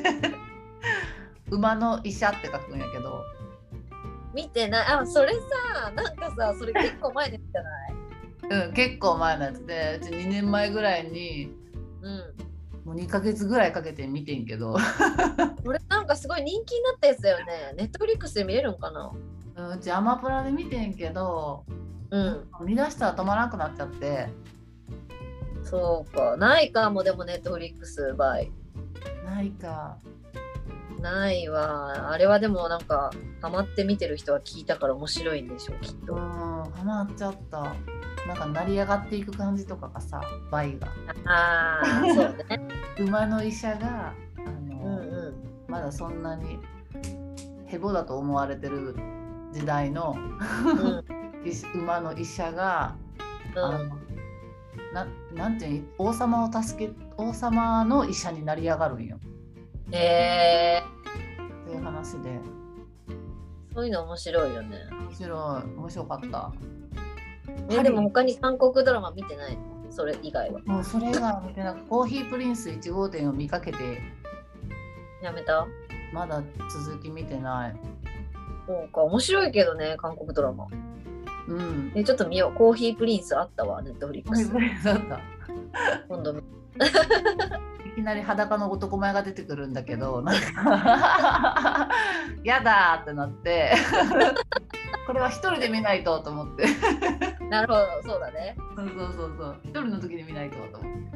馬の医者って書くんやけど。 見てない。あ、それさ、なんかさ、それ結構前のやつじゃない？ うん、結構前のやつで、うちにねんまえぐらいに、うん、もうにかげつぐらいかけて見てんけどこれなんかすごい人気になったやつだよね。ネットフリックスで見れるんかな？ うちアマプラで見てんけど、うん、見出したら止まらなくなっちゃって。 そうか、ないかも。でもネットフリックスバイないか。 ないわ。あれはでもなんかハマって見てる人は聞いたから面白いんでしょうきっと。 うん、ハマっちゃった。なんか成り上がっていく感じとかがさ、バイが。 ああ、そうね。 馬の医者があの、 うんうん、まだそんなにヘボだと思われてる時代の、うん、馬の医者が、うん、あのななんていう王様を助け王様の医者になり上がるんよ。 へえー。っていう話で。 そういうの面白いよね。 面白い、面白かった。 えでも他に韓国ドラマ見てないの？それ以外は。 もうそれ以外は見てなくて、コーヒープリンスいち号店を見かけてやめた？ まだ続き見てない。 そうか、面白いけどね、韓国ドラマ。 うん。 えちょっと見よう。コーヒープリンスあったわ、ネットフリックス。 コーヒープリンスあった。 今度見いきなり裸の男前が出てくるんだけど、なんかやだってなってこれは一人で見ないとと思ってなるほど、そうだね。 そうそうそうそう、一人の時に見ないとと思って。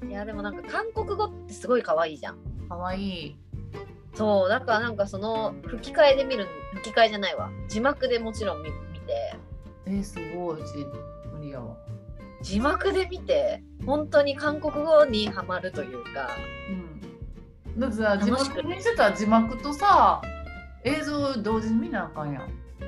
いやでもなんか韓国語ってすごい可愛いじゃん。 可愛い。 そうだからなんかその吹き替えで見る、吹き替えじゃないわ、字幕でもちろん 見, 見てえー、すごい、うち無理やわ。 字幕で見て本当に韓国語にハマるというか、 うん、だってさ、字幕にしてたら字幕とさ映像同時に見なあかんやん。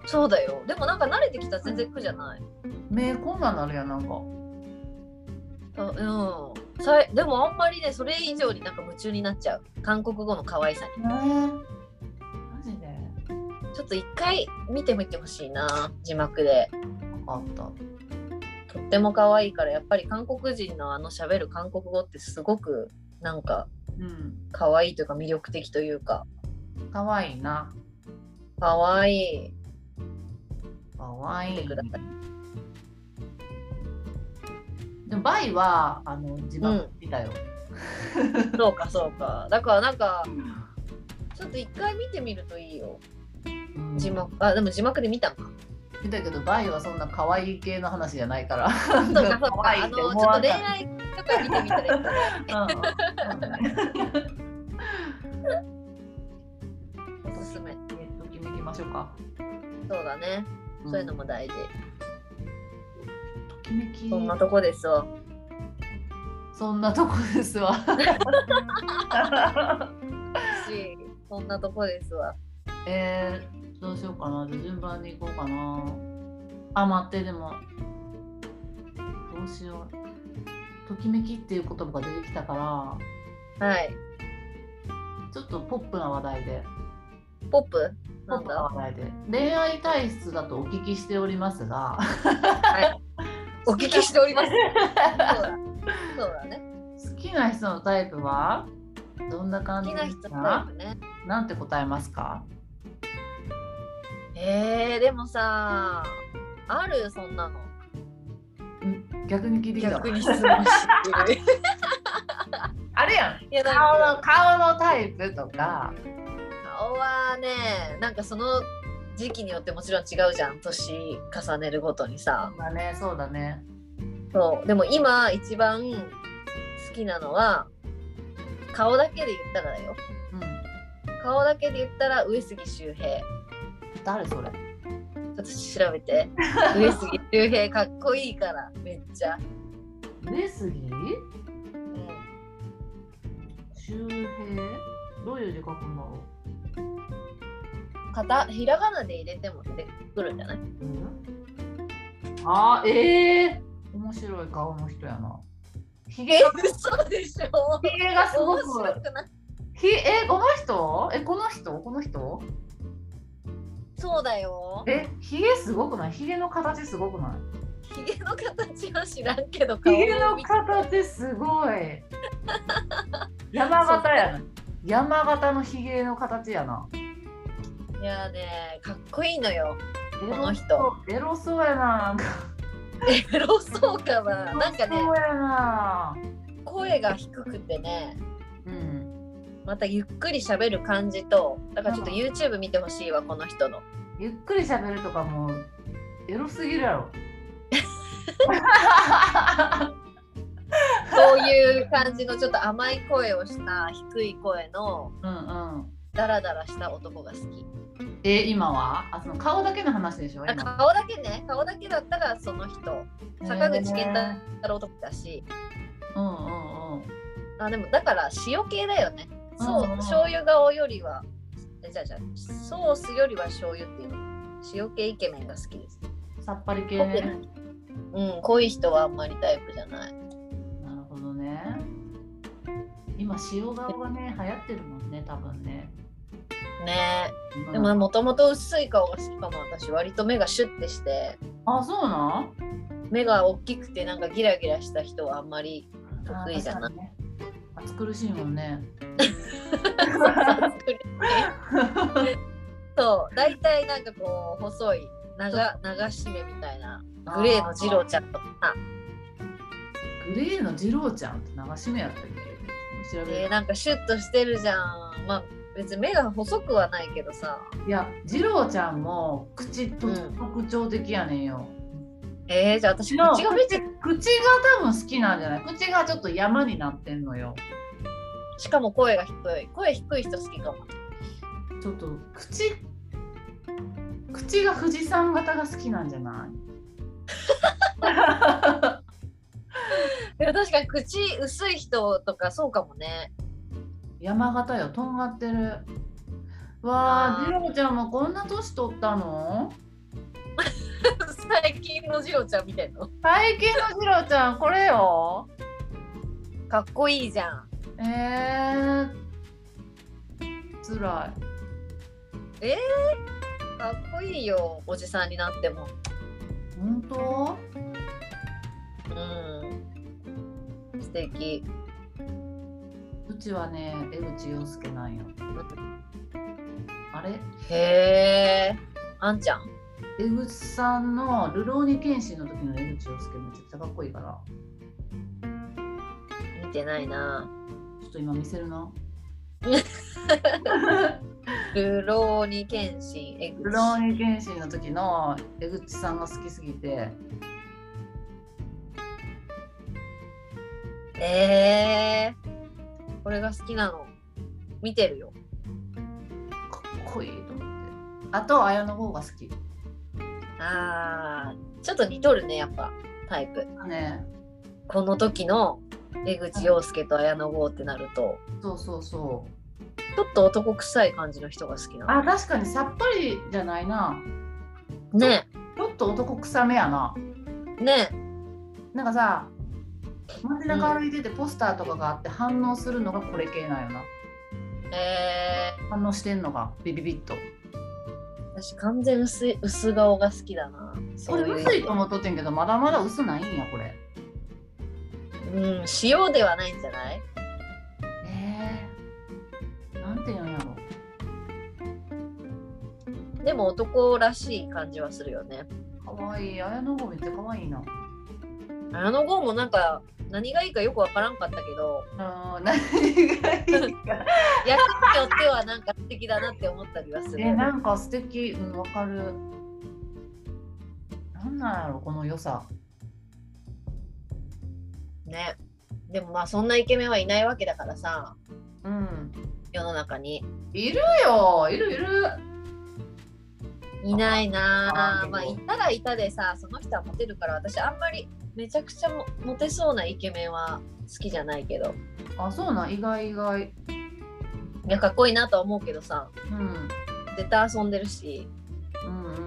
そうだよ。でもなんか慣れてきたら全然苦じゃない。 目こんなんなるやん、なんか。 あうんさいでもあんまりねそれ以上になんか夢中になっちゃう韓国語の可愛さに。 えー、マジでちょっと一回見てみてほしいな字幕で。 あった。 とっても可愛いからやっぱり韓国人のあの喋る韓国語ってすごくなんかうん可愛いというか魅力的というか。 かわいいな。 可愛い。 かわいい。 見てください。 でもバイはあの字幕見たよ。 そうかそうか。だからなんかちょっと一回見てみるといいよ。 うん字幕あでも字幕で見たんか。 見たけどバイはそんな可愛い系の話じゃないから。 そうかそうか。 可愛いあのちょっとって思わんか恋愛とか見てみたらいいかな。 うんおすすめ。 ときめきましょうか。 そうだね。そういうのも大事。 ときめき。 そんなとこですわ。 そんなとこですわ。 しそんなとこですわ。 えー、どうしようかな。じゃあ順番に行こうかな。あ、待って、でも。どうしよう。ときめきっていう言葉が出てきたかはい。 ら、ちょっとポップな話題で。 ポップポップななんだ。 話題で。恋愛体質だとお聞きしておりますが。 はい。お聞きしております。そうだ。そうだね。 好きな人のタイプはどんな感じ好きなですか？ 人のタイプね。 なんて答えますか？ えー、でもさ、あるそんなの。 ん逆に聞いてきた。 逆に質問してる。 あれやん。 いやなん顔かの顔のタイプとか。 顔はね、なんかその時期によってもちろん違うじゃん。年重ねるごとにさ。 そうだね、そうだね。 そう。でも今一番好きなのは顔だけで言ったらだよ。 うん。 顔だけで言ったら上杉周平。 誰それ？ ちょっと調べて。上杉周平かっこいいからめっちゃ。 上杉？ うん。 周平？どういう字書くんだろかたひらがなで入れても出てくるんじゃない？ う？うん、あー、えー、面白い顔の人やな。ひげえ、嘘でしょ？ ひげがすごく。 面白くない？ ひえ、この人？え、この人？この人？ そうだよ。 え、ひげすごくない？ひげの形すごくない？ ひげの形は知らんけどひ顔げのを見て形すごい。山形やな。山形のひげの形やな。 いやね、かっこいいのよ。 この人エロそうやな。 エロそうかな。なんかね、 そうやな。 声が低くてね、 うん。 またゆっくり喋る感じと、だからちょっと YouTube 見てほしいわ、この人の。 ゆっくり喋るとかもうエロすぎるやろ。 そういう感じのちょっと甘い声をした低い声のうんうん。 ダラダラした男が好き。 え、今は？あ、その顔だけの話でしょ？ あ、 今。 顔だけね、顔だけだったらその人。坂口健太郎とかだし。 うんうんうん。 あ、でもだから塩系だよね。そう、 うんうん、 醤油顔よりは、えじゃあじゃあソースよりは醤油っていうの。塩系イケメンが好きです。 さっぱり系濃くないね。 うん、濃い人はあんまりタイプじゃない。 なるほどね。今塩顔がね流行ってるもんね、多分ね。 ね今え。でももともと薄い顔が好きかも。私割と目がシュッてして、 あ、そうなん？ 目が大きくてなんかギラギラした人はあんまり得意じゃない。 ね、暑苦しいもんね。 そう、大体なんかこう細い長流し目みたいなグレーの二郎ちゃんとか。 グレーの二郎ちゃんって流し目やったっけ？調べる。 えー、なんかシュッとしてるじゃん。まあ別に目が細くはないけどさ。 いや、二郎ちゃんも口とうん特徴的やねんよ。 えー、じゃあ私口のがめっちゃ、 口が多分好きなんじゃない？口がちょっと山になってんのよ。 しかも声が低い。声低い人好きかも。 ちょっと口口が富士山型が好きなんじゃない？ いや確かに口薄い人とかそうかもね。 山形よ、とんがってる。わあ、 あージローちゃんもこんな年取ったの？ 最近のジロちゃん見てんの？ 最近のジロちゃんこれよ。 かっこいいじゃん。 えー、つらい。 えー、かっこいいよ、おじさんになっても。 本当？ うん、素敵。 うちはね、江口洋介なんよ。あれ？ へえ、あんちゃん。 江口さんのルローニケンシンの時の江口洋介めちゃくちゃかっこいいから。 見てないな。 ちょっと今見せるな。 ルローニケンシン、江口。 ルローニケンシンの時の江口さんが好きすぎて。 えー、これが好きなの。見てるよ。 かっこいいと思って。あと綾野剛が好き。 あー、ちょっと似とるね、やっぱタイプ。 ね。 この時の江口洋介と綾野剛ってなると、 そうそうそう。 ちょっと男臭い感じの人が好きなの。 あ、確かにさっぱりじゃないな。 ねちょっと男臭めやな。 ねなんかさ、街中歩いててポスターとかがあって反応するのがこれ系なんよな。 えー、 反応してんのがビビビッと。 私完全薄い薄顔が好きだな。 これ薄いと思っとってんけど、まだまだ薄ないんやこれ。 うん、塩ではないんじゃない？ えー、なんて言うんやろ。 でも男らしい感じはするよね。 かわいい。綾野剛めっちゃかわいいな。 綾野剛もなんか何がいいかよくわからんかったけど、 うん、何がいいか。 役によってはなんか素敵だなって思ったりはする。 え、なんか素敵。うん、わかる。なんなんやろこの良さ。 ね。でもまあそんなイケメンはいないわけだからさ、 うん。 世の中に。 いるよ。いるいる。 いないなあぁ。まあいたらいたでさ、その人はモテるから、私あんまりめちゃくちゃもモテそうなイケメンは好きじゃないけど。 あ、そうなん。意外意外。 いや、かっこいいなとは思うけどさ、 うん。 絶対遊んでるし、 うんうんうんうん。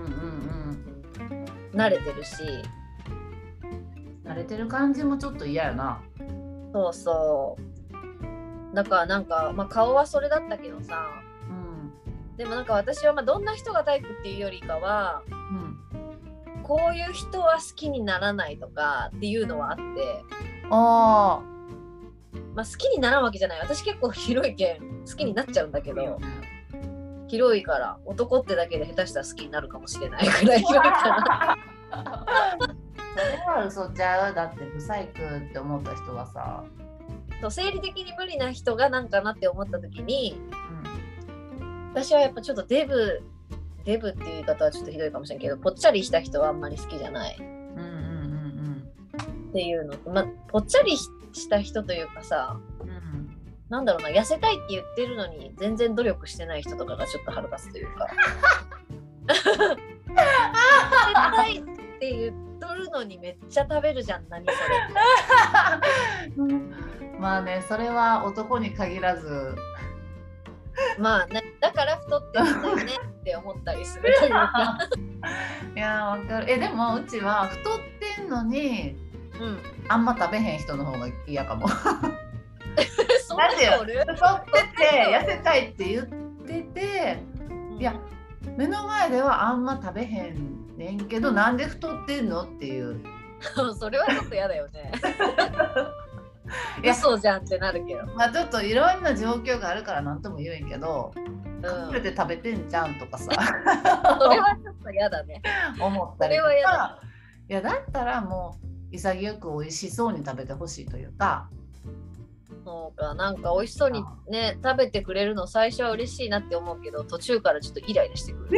慣れてるし。 慣れてる感じもちょっと嫌やな。 そうそうだからなんか、まあ、顔はそれだったけどさ、 うん。 でもなんか私はまあどんな人がタイプっていうよりかは、 うん。 こういう人は好きにならないとかっていうのはあって、 ああ。 まあ、好きにならんわけじゃない。私結構広いけん好きになっちゃうんだけど、広いから男ってだけで下手したら好きになるかもしれないくらい広いからそれは嘘ちゃう。だってブサイクって思った人はさ、 そう生理的に無理な人がなんかなって思った時に、 うん、 私はやっぱちょっとデブデブっていう言い方はちょっとひどいかもしれんけど、ぽっちゃりした人はあんまり好きじゃないうんうんうんうんっていうのと、まあ、ぽっちゃりした人というかさ、 うんなんだろうな、痩せたいって言ってるのに全然努力してない人とかがちょっと腹立つというか痩せたいって言っとるのにめっちゃ食べるじゃん、何それまあね、それは男に限らずまあね、だから太ってるんだよねって思ったりするというかいやわかる。えでもうちは太ってんのに、 うん、 あんま食べへん人の方が嫌かもそんな人おる？ 太ってて痩せたいって言ってて、いや目の前ではあんま食べへんねんけど、なんで太ってんのっていう。 それはちょっと嫌だよね嘘じゃんってなるけど、 まあちょっといろんな状況があるから何とも言えんけど、 うん、 隠れて食べてんじゃんとかさそれはちょっと嫌だね思ったりとか、 それは嫌だ。 いやだったらもう潔く美味しそうに食べてほしいというか。 そうか、なんか美味しそうにね食べてくれるの最初は嬉しいなって思うけど、途中からちょっとイライラしてくる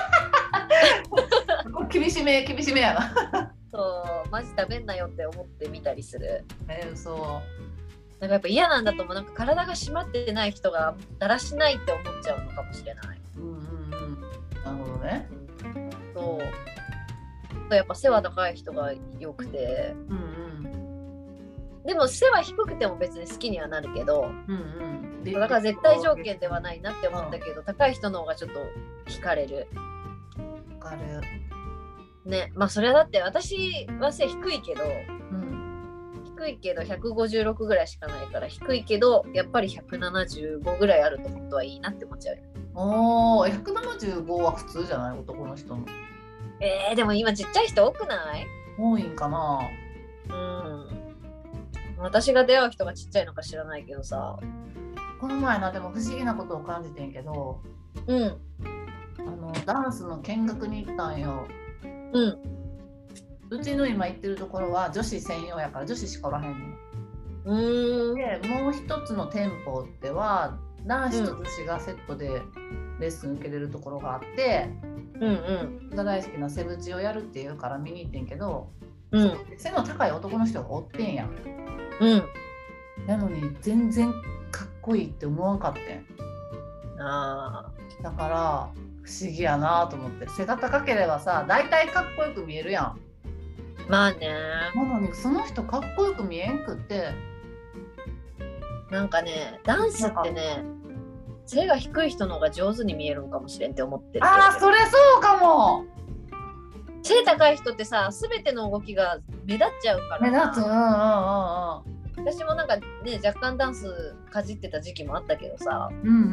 厳しめ厳しめやなそうマジ食べんなよって思ってみたりする。 えー、そうなんかやっぱ嫌なんだと思う。なんか体が締まってない人がだらしないって思っちゃうのかもしれない。 うんうんうんなるほどね。 そうやっぱ背は高い人が良くて、 うんうんでも背は低くても別に好きにはなるけど、 うんうん、 だから絶対条件ではないなって思ったけど、高い人の方がちょっと惹かれる。 わかる。 ね、まあそれはだって私は背低いけど、 うん、 低いけどひゃくごじゅうろくぐらいしかないから低いけどやっぱりひゃくななじゅうごぐらいあると本当はいいなって思っちゃうよ。 おお、ひゃくななじゅうごは普通じゃない？男の人の。 えー、でも今ちっちゃい人多くない？ 多いんかな。 うん。私が出会う人がちっちゃいのか知らないけどさ。 この前な、でも不思議なことを感じてんけど、 うん。 あのダンスの見学に行ったんよ。 うん。 うちの今行ってるところは女子専用やから女子しかおらへんねん。 うーん。 でもう一つの店舗では男子と女子がセットでレッスン受けれるところがあって、 うんうんが大好きなセブチをやるっていうから見に行ってんけど、 うん背の高い男の人がおってんやん。 うん。 なのに全然かっこいいって思わんかってん。 あだから不思議やなと思って、背が高ければさ大体かっこよく見えるやん。 あ。まあね。 なのにその人かっこよく見えんくって。 なんかね、ダンスってね、背が低い人の方が上手に見えるんかもしれんって思ってる。 ああ、それそうかも。 背高い人ってさ、すべての動きが目立っちゃうから目さ。 立つ。うんうんうんうん。 私もなんかね、若干ダンスかじってた時期もあったけどさ、 うんうん。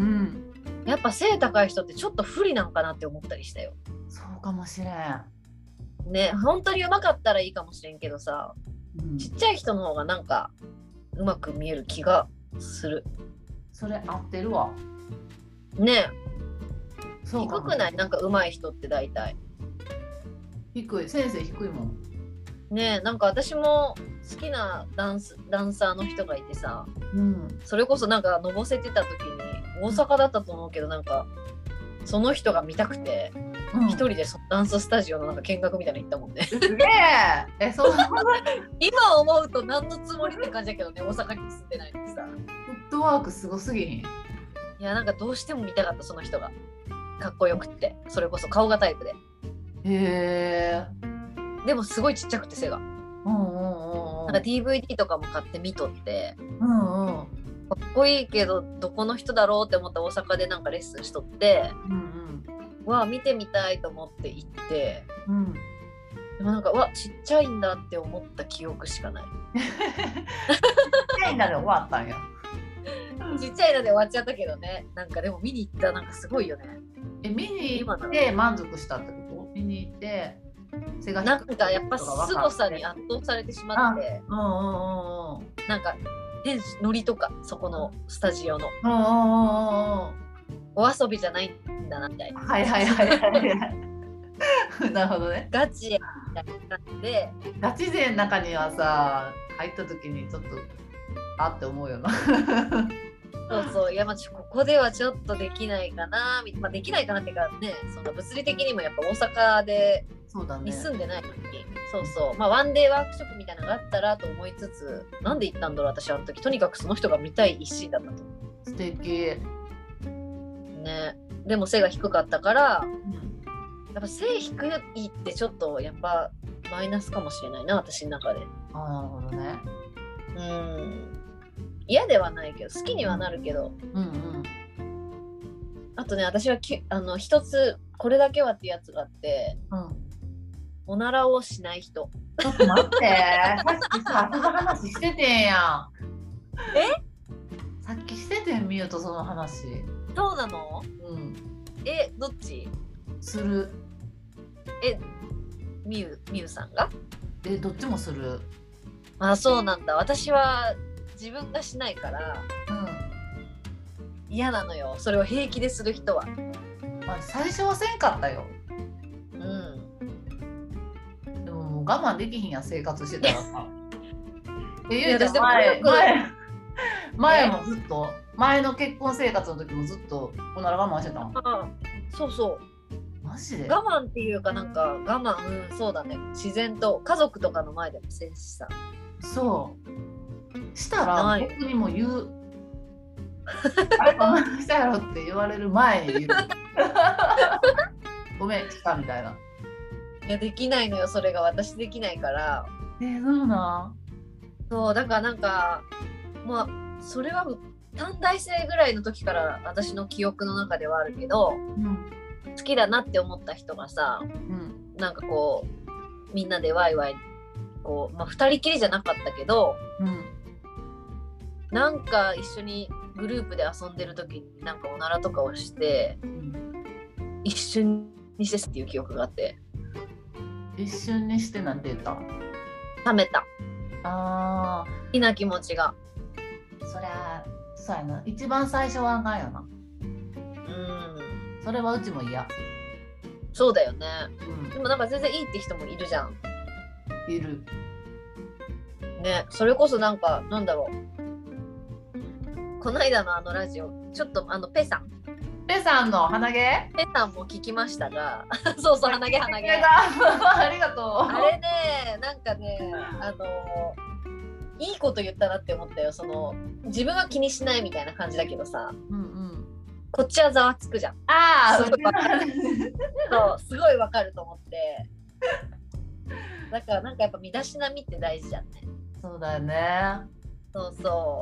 やっぱ背高い人ってちょっと不利なんかなって思ったりしたよ。 そうかもしれん。 ね、本当に上手かったらいいかもしれんけどさ、 うん、 ちっちゃい人の方がなんかうまく見える気がする。 それ合ってるわ。 ね、 そうかも低くない？なんか上手い人って大体。 低い。先生低いもん。 ね、なんか私も好きなダンスダンサーの人がいてさ、 うん、 それこそなんかのぼせてた時に大阪だったと思うけど、なんかその人が見たくてうん、 一人でそダンススタジオのなんか見学みたいなの行ったもんね。 すげえ。え、そう。フッ今思うと何のつもりって感じだけどね、大阪に住んでないのにさ。 トワークすごすぎひん。 いや、なんかどうしても見たかった、その人がかっこよくって、それこそ顔がタイプで。 へえ。 でもすごいちっちゃくて背が。 うんうんうん。 なんか ディーブイディー とかも買って見とって、 うんうん。 かっこいいけどどこの人だろうって思った大阪でなんかレッスンしとって、 うんうわ見てみたいと思って行って、 うん。うん。 でもなんかうわちっちゃいんだって思った記憶しかない。 ちっちゃいんだで終わったんや。 ちっちゃいので終わっちゃったけどね。なんかでも見に行ったなんかすごいよね。 え、見に行って満足したってこと？見に行って背が低いなんかやっぱ凄さに圧倒されてしまって、 うんうんうんうん。 なんかテンシノリとかそこのスタジオのうんうんうんうん。 お遊びじゃないんだなみたいな。 はいはいはいはいなるほどね。 ガチやみたいな感じで。 ガチ勢の中にはさ、入った時にちょっとあって思うよな。 そうそう、いやまあここではちょっとできないかな、まあ、できないかなっていうかね、その物理的にもやっぱ大阪でそうだね。 に住んでないのに、そうそう、まあワンデーワークショップみたいなのがあったらと思いつつ、なんで行ったんだろう私あの時。とにかくその人が見たい一心だったと。 素敵。 ね、でも背が低かったから、 うん、 やっぱ背低いってちょっとやっぱマイナスかもしれないな、私の中で。 ああ、なるほどね。 うん。嫌ではないけど好きにはなるけど、 うんうん。 あとね、私はきあの一つこれだけはってやつがあって、 うん、 おならをしない人。 ちょっと待って、さっきさ、その話しててんやん。 え？ さっきしててん、みゆとその話。 そうなの？ うん。 え、どっち？ する。 え、みゆ、みゆさんが？ え、どっちもする。 あ、そうなんだ。私は自分がしないからうん。 嫌なのよ。それを平気でする人は。 まあ、最初はせんかったよ。 うん。 でももう我慢できひんやん、生活してたらさ。え、 いやゆうちゃん私でも前、 よく前、前もずっと、前の結婚生活の時もずっとおなら我慢してたの。 あ、そうそう。 マジで？ 我慢っていうかなんか我慢、うん、そうだね。自然と家族とかの前でもせんしさ。 そうしたらない僕にも言うあれこんなのしたやろって言われる前に言うごめんしたみたいな。 いやできないのよ、それが。私できないから。 えー、そうなん？ そうだからなんかまあそれは短大生ぐらいの時から私の記憶の中ではあるけど、 うん、 好きだなって思った人がさ、 うん、 なんかこうみんなでワイワイこう、まあ、ふたりきりじゃなかったけど、 うん、 なんか一緒にグループで遊んでる時になんかおならとかをしてうん、 一瞬にしてっていう記憶があって、 一瞬にしてなんて言った？ 冷めたあ好きな気持ちが。 ー、そりゃそうやな、一番最初はあかんよな。 うんそれはうちも嫌。 そうだよね。 うん、 でもなんか全然いいって人もいるじゃんいる。 ね。それこそなんかなんだろう、この間のあのラジオちょっとあのペさんペさんの鼻毛？ ペさんも聞きましたがそうそう鼻毛鼻毛ありがとう。 あれね、なんかね、あのいいこと言ったなって思ったよ。その自分は気にしないみたいな感じだけどさ、 うんうん、 こっちはざわつくじゃん。 ああ、 すごいわかるそうすごいわかると思って。だからなんかやっぱ身だしなみって大事じゃんね。 そうだよね。 そうそう。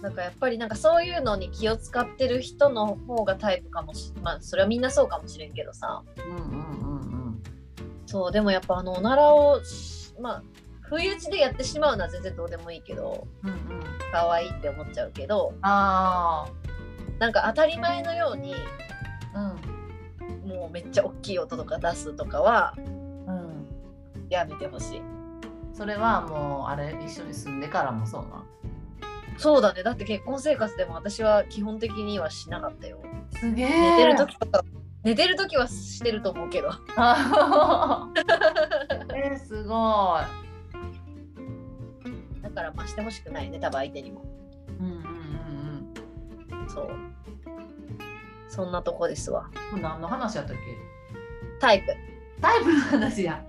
なんかやっぱりなんかそういうのに気を使ってる人の方がタイプかもしれない。まあそれはみんなそうかもしれんけどさ。 うんうんうんうん。 そうでもやっぱあのおならをまあ不意打ちでやってしまうのは全然どうでもいいけど、 うんうん、 可愛いって思っちゃうけど、 あなんか当たり前のようにあ、 もうめっちゃ大きい音とか出すとかはうんうん。 やめてほしい。 それはもうあれ一緒に住んでからもそうな。 そうだね。だって結婚生活でも私は基本的にはしなかったよ。 すげえ。 寝てる時とか寝てる時はしてると思うけどあえー、すごい。 だからまあしてほしくないね、多分相手にも。 うんうんうんそうそんなとこですわ。 うん。これ何の話やったっけ？ タイプタイプの話や。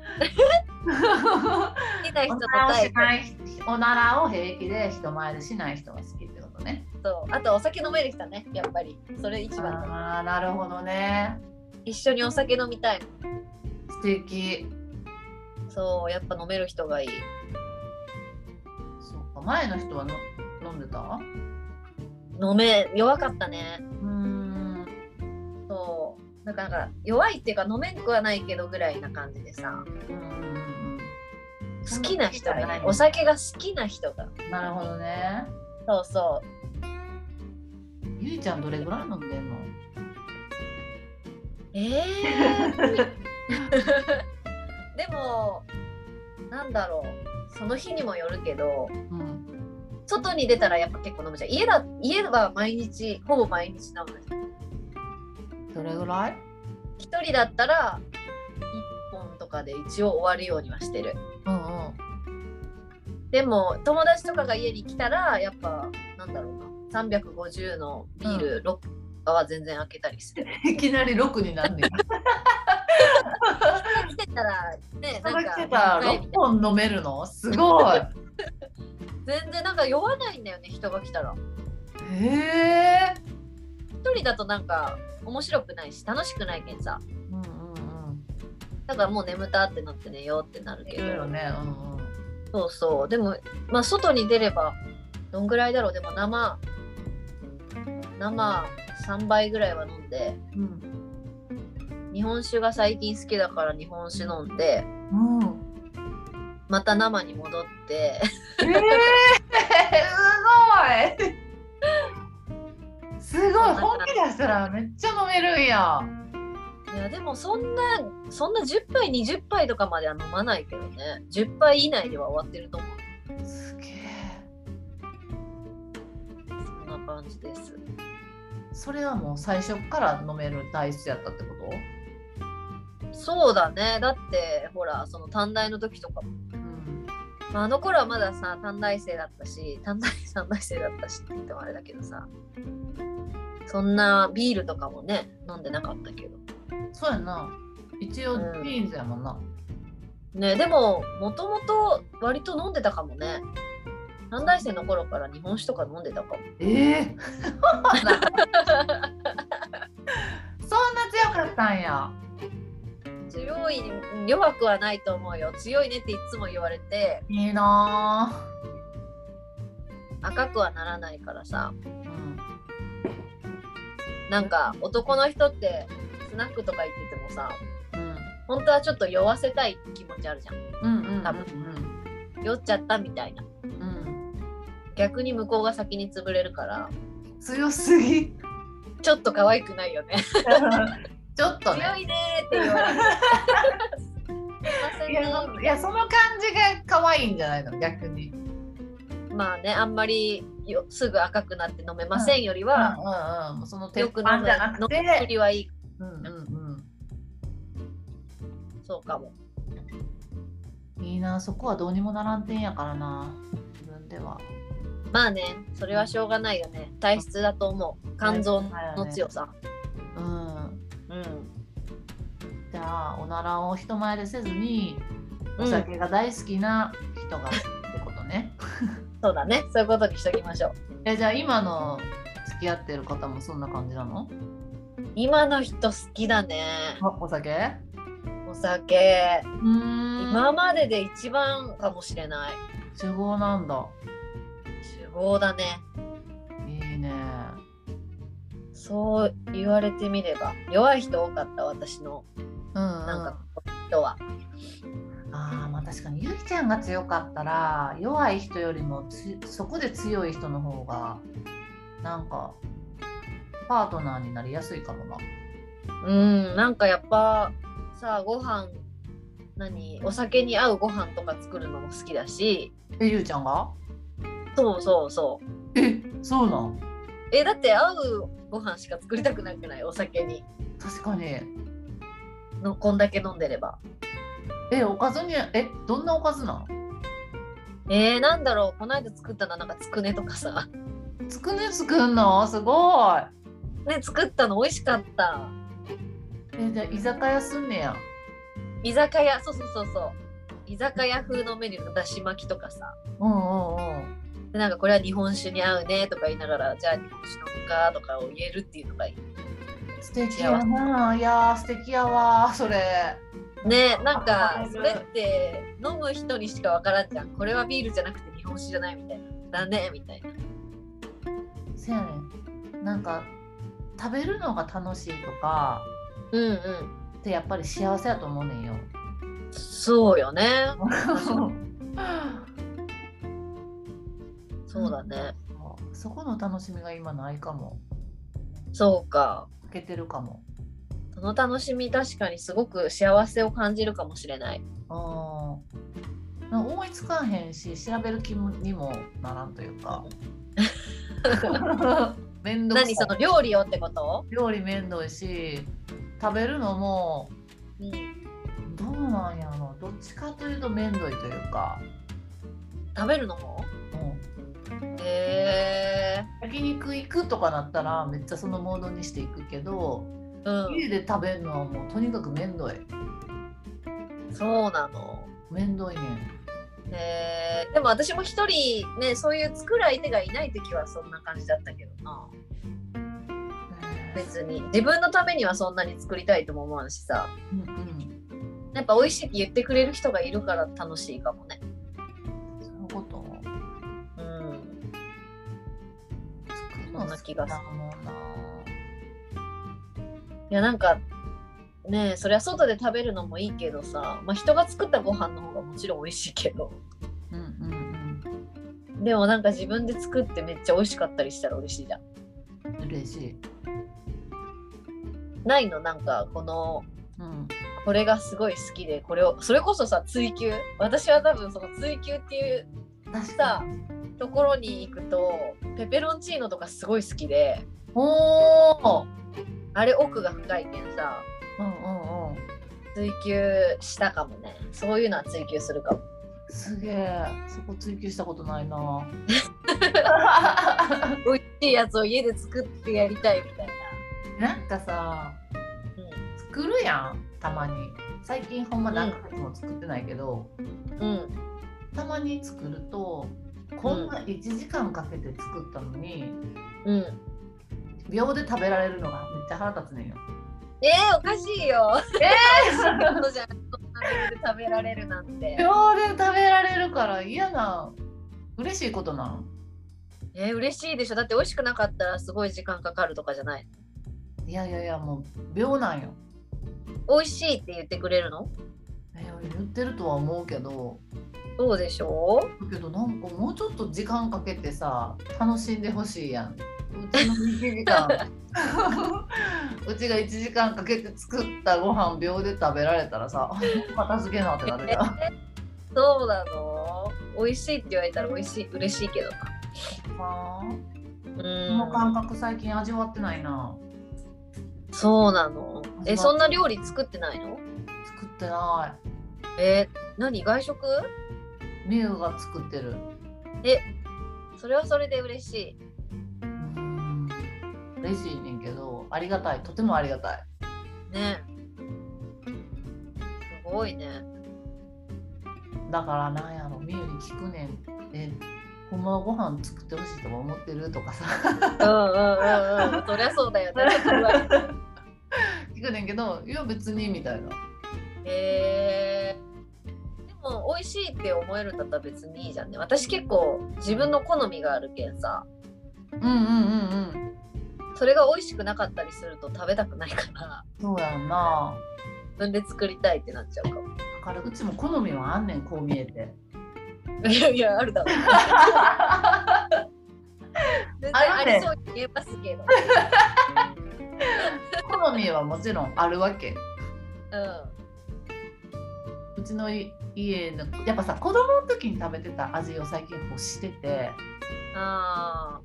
好きな人おとならをしタイプ。 ないおならを平気で人前でしない人が好きってことね。 そうあとお酒飲める人ね、やっぱりそれ一番。 ああ、なるほどね。 一緒にお酒飲みたい。 素敵。 そうやっぱ飲める人がいい。 そうか、前の人はの飲んでた？ 飲め弱かったね。 うーん。 そうなんかなんか弱いっていうか飲めんくはないけどぐらいな感じでさ、 うんうんうんうん。 好きな人がいない。 そんな好きじゃないお酒が好きな人が。 なるほどね。 そうそう。 ゆいちゃんどれぐらい飲んでんの？ えー、でもなんだろう、その日にもよるけど、 うん、 外に出たらやっぱ結構飲むじゃん。家だ家は毎日ほぼ毎日飲む。 どれぐらい？ 一人だったらいっぽんとかで一応終わるようにはしてる。 うんうん。 でも友達とかが家に来たらやっぱなんだろうな、さんびゃくごじゅうのビールろっかは全然開けたりする。 いきなりろくになんねん。 来てたらね、なそんか来てたろっぽん飲めるの？すごい。 全然なんか酔わないんだよね、人が来たら。 へえ。 一人だとなんか面白くないし楽しくないけんさ。 うんうんうん。 だからもう眠たってなって寝ようってなるけど。 いるよね。うんうん。 そうそう。でもまあ外に出ればどんぐらいだろう。でも生生さんばいぐらいは飲んで、 うん、 日本酒が最近好きだから日本酒飲んで、 うん、 また生に戻って。 えー、すごい。すごい。本気出したらめっちゃ飲めるんや。 いやでもそんなそんなじゅっぱいにじゅっぱいとかまでは飲まないけどね。じゅっぱい以内では終わってると思う。 すげえ。 そんな感じです。 それはもう最初から飲める体質やったってこと？ そうだね。だってほらその短大の時とかも、うん、まあ、あの頃はまださ短大生だったし短大短大生だったしって言ってもあれだけどさ、そんなビールとかもね飲んでなかったけど。 そうやな、一応ティーンズやもんな、 うん、ね。でももともと割と飲んでたかもね。短大生の頃から日本酒とか飲んでたかも。 ええー、そんな強かったんや。 強い弱くはないと思うよ。強いねっていつも言われて。 いいなぁ。赤くはならないからさ、 うん、 なんか男の人ってスナックとか行っててもさ、 うん、 本当はちょっと酔わせたい気持ちあるじゃん。 うんうんうんうん、 多分酔っちゃったみたいな。 うん、 逆に向こうが先に潰れるから強すぎ。 ちょっと可愛くないよね。 ちょっとね。 強いねーって言われる。 いや、いやその感じが可愛いんじゃないの逆に。 まあね、あんまりよすぐ赤くなって飲めませんよりは、 うんうんうん、その鉄よく飲む板じゃなくて、 飲み切りはいい。 うんうんうん、 そうかも。 いいな、そこはどうにもならんてんやからな、自分では。 まあね、それはしょうがないよね。体質だと思う。肝臓の強さ。 うん。 うん。 じゃあおならを人前でせずに、お酒が大好きな人がってことね。 うん、そうだね。そういうことにしときましょう。 え、じゃあ今の付き合ってる方もそんな感じなの？ 今の人好きだね。 お酒？ お酒。 うーん。 今までで一番かもしれない。 酒豪なんだ。 酒豪だね。 いいね。 そう言われてみれば弱い人多かった私の、うん、なんか人は。 ああ、まあ確かにゆきちゃんが強かったら弱い人よりもつそこで強い人の方がなんかパートナーになりやすいかもな。 うん、なんかやっぱさ、ご飯何お酒に合うご飯とか作るのも好きだし。 え、ゆうちゃんが？ そうそうそう。 え、そうなん？ え、だって合うご飯しか作りたくなくない？お酒に。 確かにのこんだけ飲んでれば。 え、おかずに、え、どんなおかずなの？ えー、なんだろう、この間作ったのはなんかつくねとかさ。 つくね作んの？すごいね、作ったの美味しかった。 え、じゃあ居酒屋すんねや。 居酒屋、そうそうそうそう、居酒屋風のメニューのだし巻きとかさ。 うんうんうん。 でなんかこれは日本酒に合うねとか言いながら、じゃあ日本酒飲むかとかを言えるっていうのがいい。 素敵やな。いやー素敵やわそれ。 ね、なんかそれって飲む人にしか分からんじゃん。これはビールじゃなくて日本酒じゃないみたいな。だねみたいな。 せやねん。なんか食べるのが楽しいとか、 うんうん。 ってやっぱり幸せやと思うねんよ。 そうよね。そうだね。 そこの楽しみが今ないかも。 そうか。 欠けてるかも。 その楽しみ確かにすごく幸せを感じるかもしれない。 ああ。思いつかへんし調べる気にもならんというか。めんどくさい。 何その料理をってこと？ 料理めんどいし食べるのも、 うん、 どうなんやろ。どっちかというとめんどいというか。 食べるのも？ うん、 へー。 焼肉行くとかなったらめっちゃそのモードにしていくけど、うん、家で食べるのはもうとにかくめんどい。 そうなの？ めんどいねん。 へー。でも私も一人ね、そういう作る相手がいない時はそんな感じだったけどな。別に自分のためにはそんなに作りたいとも思わんしさ、うんうん、やっぱ美味しいって言ってくれる人がいるから楽しいかもね。 そういうこと？ うん。そんな気がする。いやなんかねえ、そりゃ外で食べるのもいいけどさ、まあ、人が作ったご飯の方がもちろん美味しいけど、うんうんうん、でもなんか自分で作ってめっちゃ美味しかったりしたら嬉しいじゃん。 嬉しい。 ないの？なんかこの、 うん、 これがすごい好きで、これをそれこそさ追求、私は多分その追求っていうさところに行くとペペロンチーノとかすごい好きで、 おー、 あれ奥が深いけんさ、 うんうんうん、 追求したかもね。そういうのは追求するかも。 すげえ、そこ追求したことないな。 美味しいやつを家で作ってやりたいみたいな。 なんかさ、うん、作るやんたまに。最近ほんま何ヶ月も作ってないけど、うん、たまに作るとこんないちじかんかけて作ったのに、うん、秒で食べられるのがめっちゃ腹立つねんよ。 えー、おかしいよ。えー、そんなことじゃん。そんな秒で食べられるなんて。 秒で食べられるから嫌な、嬉しいことなん？ えー、嬉しいでしょ。だって美味しくなかったらすごい時間かかるとかじゃない？ いやいやいや、もう秒なんよ。 美味しいって言ってくれるの？ えー言ってるとは思うけど、 そうでしょだけどなんかもうちょっと時間かけてさ楽しんでほしいやん。うちのいちじかんうちがいちじかんかけて作ったご飯秒で食べられたらさ、片付けなってなるじゃん。 そうなの？美味しいって言われたら美味しい、嬉しいけどな。 あうこん。 の感覚最近味わってないな。 そうなの？え、そんな料理作ってないの？ 作ってなえー、何？外食？ い。ミュウが作ってる。 え、それはそれで嬉しい。 うーん嬉しいねんけど、ありがたい、とてもありがたい。 ね。すごいね。 だからなんやろ、ミュウに聞くねん。え、ほんまはご飯作ってほしいとか思ってるとかさ。 うんうんうんうん。そりゃそうだよね。ちょっと言われて聞くねんけど、いや別にみたいな。 へえー。でも美味しいって思えるんだったら別にいいじゃんね。私結構自分の好みがあるけんさ。 うんうんうんうん。 それが美味しくなかったりすると食べたくないから、 そうやんな。 自分で作りたいってなっちゃうかも。 だからうちも好みはあんねん、こう見えて。 いやいや、あるだろう。全然ありそうに見えますけど。 好みはもちろんあるわけ。 うん。 うちの家のやっぱさ、子供の時に食べてた味を最近欲してて、 あ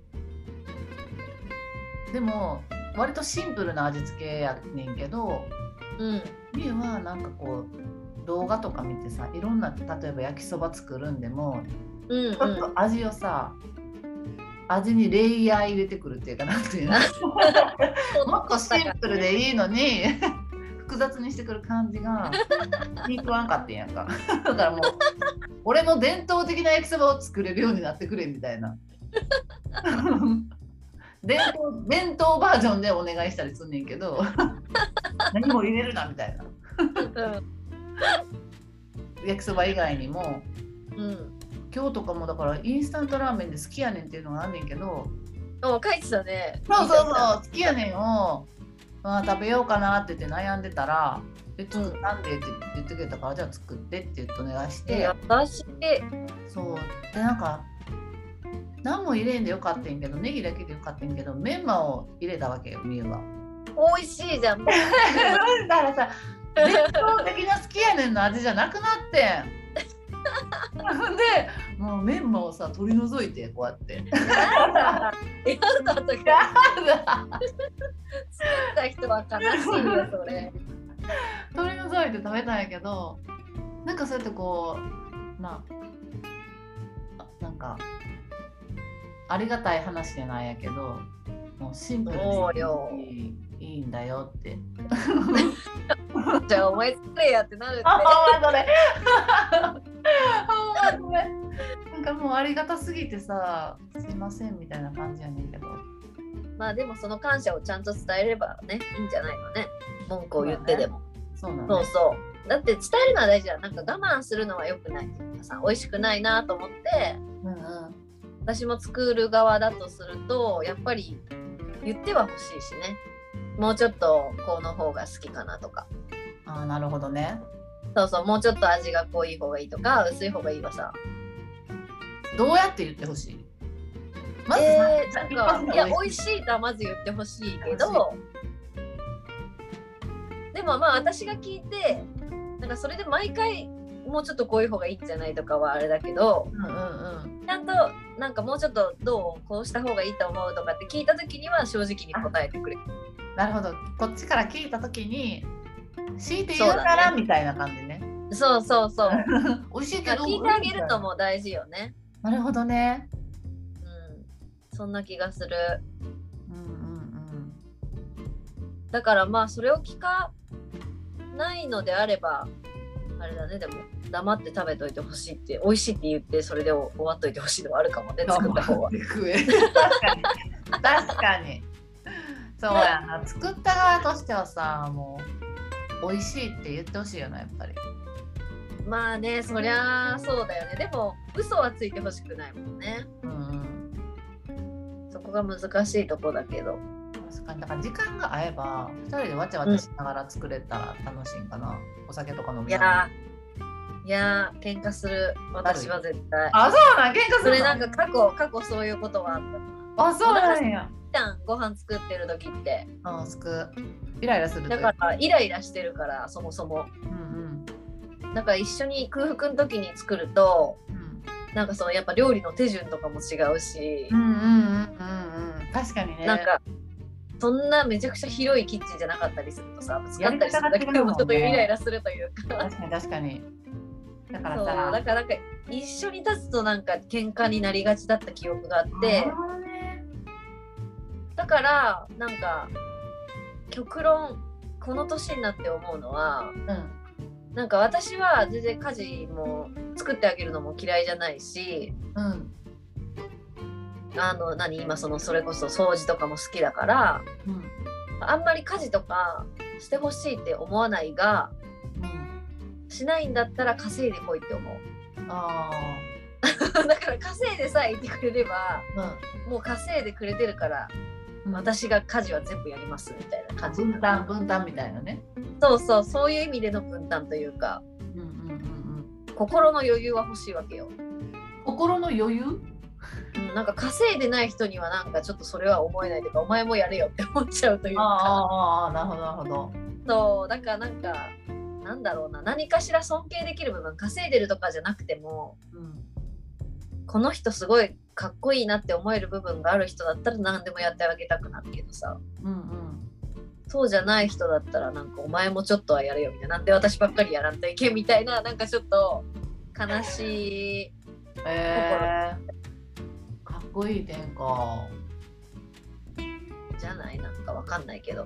でも割とシンプルな味付けやねんけど、 ーうんみゆはなんかこう動画とか見てさ、いろんな、例えば焼きそば作るんでもうんうん。 ちょっと味をさ、味にレイヤー入れてくるっていうか、なんていうのもっとシンプルでいいのに複雑にしてくる感じが気に食わんかってんやんか。だからもう俺の伝統的な焼きそばを作れるようになってくれみたいな伝統伝統バージョンでお願いしたりすんねんけど何も入れるなみたいな。焼きそば以外にも、 うん。 今日とかもだからインスタントラーメンで好きやねんっていうのがあんねんけど、 お、書いてたね。 そうそうそう、好きやねんを、まあ、食べようかなって言って悩んでたら、え作ったんでって言ってくれたから、じゃあ作ってって言ってお願いして、 私そうで、なんか何も入れんでよかったんけど、ネギだけでよかったんけど、メンマを入れたわけよ、みゆは。 美味しいじゃん。 だからさ、伝統的な好きやねんの味じゃなくなってん。でもうメンマをさ取り除いて、こうやってやだやだとか作った人は悲しいよそれ。 取り除いて食べたんやけど、なんかそうやってこうなあ、なんかありがたい話じゃないやけど、もうシンプルでいい、いいんだよって。 じゃあお前作れやってなるって。 あ、ほんまそれ。ほんまそれ。なんかもうありがたすぎてさ、すいませんみたいな感じやねんけど。 まあでもその感謝をちゃんと伝えればね、いいんじゃないのね。文句を言ってでも。 そうなんそうそう。だって伝えるのは大事だ。なんか我慢するのは良くないっていうかさ、美味しくないなと思って、 うんうん、 私も作る側だとすると、やっぱり言っては欲しいしね。もうちょっとこの方が好きかなとか。 ああ、なるほどね。 そうそう、もうちょっと味が濃い方がいいとか、薄い方がいいわさ。 どうやって言ってほしい？まず、 えー、なんかいや美味しいとはまず言ってほしいけど、でもまあ私が聞いて、なんかそれで毎回もうちょっとこういう方がいいんじゃないとかはあれだけど、 うんうんうん、 ちゃんとなんかもうちょっとどうこうした方がいいと思うとかって聞いた時には正直に答えてくれる。 なるほど。こっちから聞いた時に強いて言うから、ね、みたいな感じね。 そうそうそう。 美味しいけど聞いてあげるのも大事よね。 なるほどね。 うん、そんな気がする。 うんうんうん。 だからまあそれを聞かないのであればあれだね、でも黙って食べといてほしいって、美味しいって言ってそれで終わっといてほしいのはあるかもね、作った方は。 確かに確かにそうやな、作った側としてはさ、もう美味しいって言ってほしいよな、やっぱり。 まあね、そりゃそうだよね。でも嘘はついてほしくないもんね。 うんうん、 そこが難しいとこだけど。 確かにだから時間が合えばふたりでわちゃわちゃしながら作れたら楽しいんかな、うん、お酒とか飲みながら。 いやー喧嘩する私は絶対。 あ、そうなん、喧嘩するの。 それなんか過去過去そういうことはあった。 あ、そうなんや。 ご飯作ってる時ってあ、すくイライラする。 だからイライラしてるからそもそも、 うんうん、 だから一緒に空腹の時に作ると、うん、なんかそのやっぱ料理の手順とかも違うし、 うんうんうんうんうん、確かにね。 なんかそんなめちゃくちゃ広いキッチンじゃなかったりするとさ、ぶつかったりするだけでもちょっとイライラするというか。 確かに確かに。だからさ、 そうだからなんか一緒に立つとなんか喧嘩になりがちだった記憶があって、ね、だからなんか極論この年になって思うのは、うん、なんか私は全然家事も作ってあげるのも嫌いじゃないし、うん、あの何今そのそれこそ掃除とかも好きだから、うん、あんまり家事とかしてほしいって思わないが、うん、しないんだったら稼いでこいって思う。あだから稼いでさえいてくれれば、うん、もう稼いでくれてるから、うん、私が家事は全部やりますみたいな感じ。 分担分担みたいなね。 そうそう、そういう意味での分担というか、うんうんうんうん、心の余裕は欲しいわけよ。 心の余裕？ うん、なんか稼いでない人にはなんかちょっとそれは思えないというか、お前もやれよって思っちゃうというか。 ああ、なるほどなるほど。 そうだからなんかなんだろうな、何かしら尊敬できる部分、稼いでるとかじゃなくても、うん、この人すごいかっこいいなって思える部分がある人だったら何でもやってあげたくなるけどさ、うんうん、そうじゃない人だったらなんかお前もちょっとはやれよみたいな、なんで私ばっかりやらんといけんみたいな、なんかちょっと悲しい心、えー、かっこいい点かじゃない、なんかわかんないけど、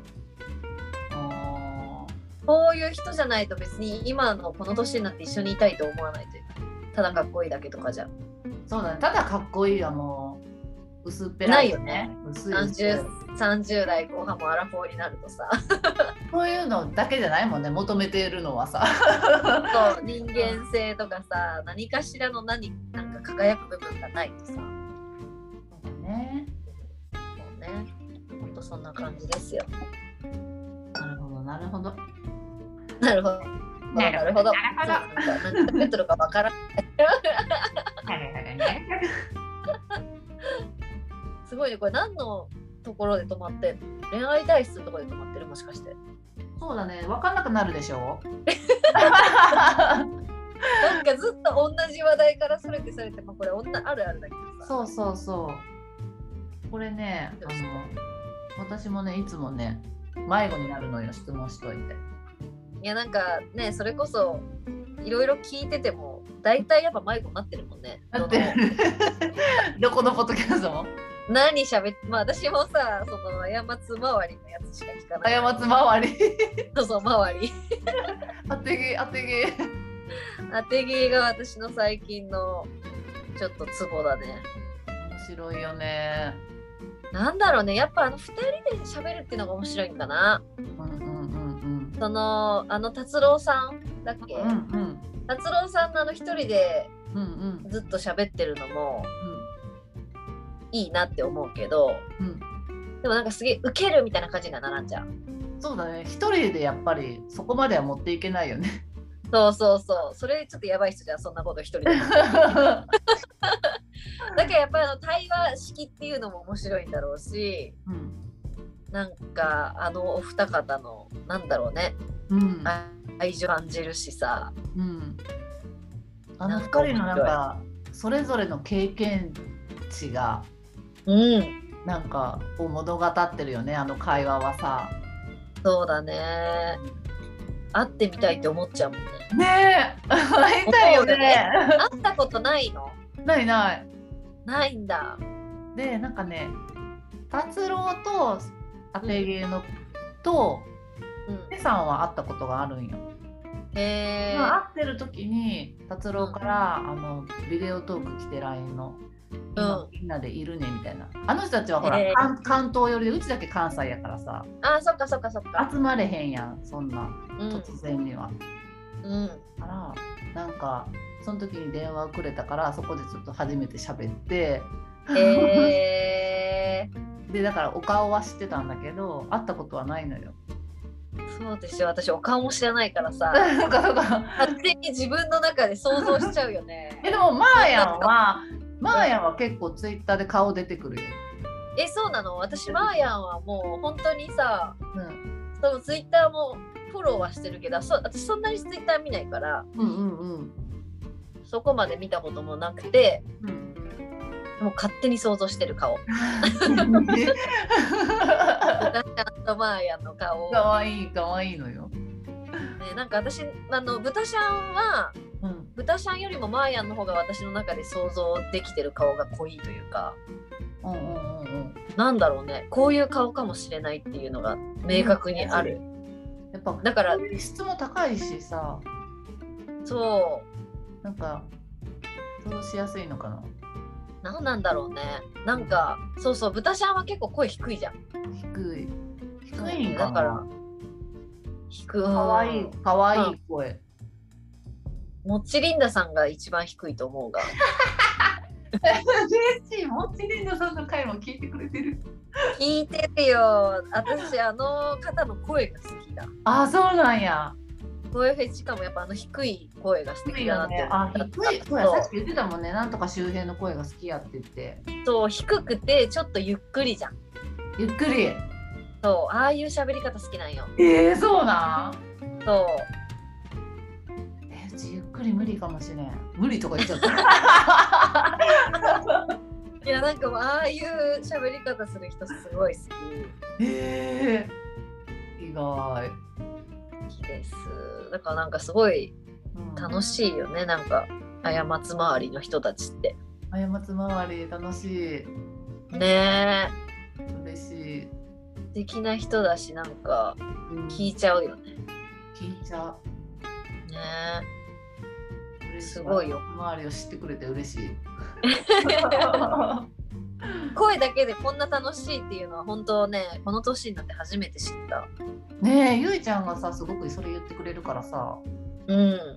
こういう人じゃないと別に今のこの年になって一緒にいたいと思わないというか、ただかっこいいだけとかじゃ。 そうだね、ただかっこいいはもう薄っぺらいよね。 薄い 30, さんじゅう代後半もアラフォーになるとさそういうのだけじゃないもんね、求めているのはさそう人間性とかさ、何かしらの何なんか輝く部分がないとさ。そうだね。そうね、ほんとそんな感じですよ。 なるほどなるほどなるほどなるほど。何食べてるかわからないすごいね、これ何のところで止まってんの？恋愛体質のところで止まってる、もしかして。 そうだね、分かんなくなるでしょなんかずっと同じ話題からそれてそれて、まあ、これ女あるあるだけどさ。 そうそうそう、これね、あの私もねいつもね迷子になるのよ、質問しといて。 いやなんかね、それこそいろいろ聞いてても大体やっぱ迷子になってるもんね。 なってるどこのポッドキャストも何しゃべって、まあ私もさ、その過つ周りのやつしか聞かない。 過つ周りそうそう、周り当てげ当てげ当てげが私の最近のちょっとツボだね。 面白いよね。 なんだろうね、やっぱあのふたりで喋るっていうのが面白いんかな。うんうんうんうん。そのあの達郎さんだっけ、うんうん、達郎さんのあの一人でずっと喋ってるのも、うん、いいなって思うけど、うん、でもなんかすげえウケるみたいな感じにはならんじゃん。 そうだね、一人でやっぱりそこまでは持っていけないよね。 そうそうそう、それちょっとやばい人じゃん、そんなこと一人でだけどやっぱりあの対話式っていうのも面白いんだろうし、うん、なんかあのお二方のなんだろうね、うん、愛情感じるしさ、うん、 あの二人のなんかそれぞれの経験値が、うん、なんかこう物語ってるよね、あの会話はさ。 そうだね、会ってみたいって思っちゃうもんね。 ねえ会いたいよね。 会ったことないの？ ないないないんだ。 でなんかね、達郎と当て芸のと手、うん、さんは会ったことがあるんよ。へえ。会ってる時に達郎から、うん、あのビデオトーク来て ライン の今、うん、みんなでいるねみたいな。あの人たちはほら、関, 関東寄りで、うちだけ関西やからさ。 あ、そっかそっかそっか。 集まれへんやん、そんな、うん、突然には。うん。だからなんかその時に電話をくれたから、そこでちょっと初めて喋って。へえー。 でだからお顔は知ってたんだけど会ったことはないのよ。 そうでしょ、私お顔も知らないからさなんかなんか勝手に自分の中で想像しちゃうよねえでもマーヤンはマーヤンは結構ツイッターで顔出てくるよ。 え、そうなの？私マーヤンはもう本当にさ、 うん、 多分ツイッターもフォローはしてるけど、そ私そんなにツイッター見ないから、 うんうんうんそこまで見たこともなくて、 うん、 もう勝手に想像してる顔豚ちゃんとマーヤンの顔を、 かわいいかわいいのよ。 ね、なんか私あの豚ちゃんは、 うん、 豚ちゃんよりもマーヤンの方が私の中で想像できてる顔が濃いというか、 うんうんうんうん、 なんだろうね、こういう顔かもしれないっていうのが明確にある。 やっぱだから質も高いしさ、 そうなんか想像しやすいのかな。 なんなんだろうね。なんかそうそう、豚ちゃんは結構声低いじゃん。 低い低いんかな。 だから低い。 かわいいかわいい声。 もっちりんださんが一番低いと思うが。 嬉しい。もっちりんださんの回も聞いてくれてる。 聞いてるよ。私あの方の声が好きだ。 あ、そうなんや。 声フェチ、しかもやっぱあの低い声が素敵だなって思った。 あ、低い声、さっき言ってたもんね。なんとか周平の声が好きやって言って。 そう、低くてちょっとゆっくりじゃん。 ゆっくり。 そう、ああいう喋り方好きなんよ。 えー、そうなん。 そう。 えー、うちゆっくり無理かもしれん。無理とか言っちゃった。 いや、なんかもうああいう喋り方する人すごい好き。えー、意外。 好きです。だからなんかすごい楽しいよね、うん、なんか過ち周りの人たちって。 過ち周り楽しい。ねえ。嬉しい。 素敵な人だし、なんか聞いちゃうよね。 うん、聞いちゃう。ねえ。すごいよ。 周りを知ってくれて嬉しい。 声だけでこんな楽しいっていうのは本当ね、この年になって初めて知った。 ねえ、ゆいちゃんがさ、すごくそれ言ってくれるからさ。 うん。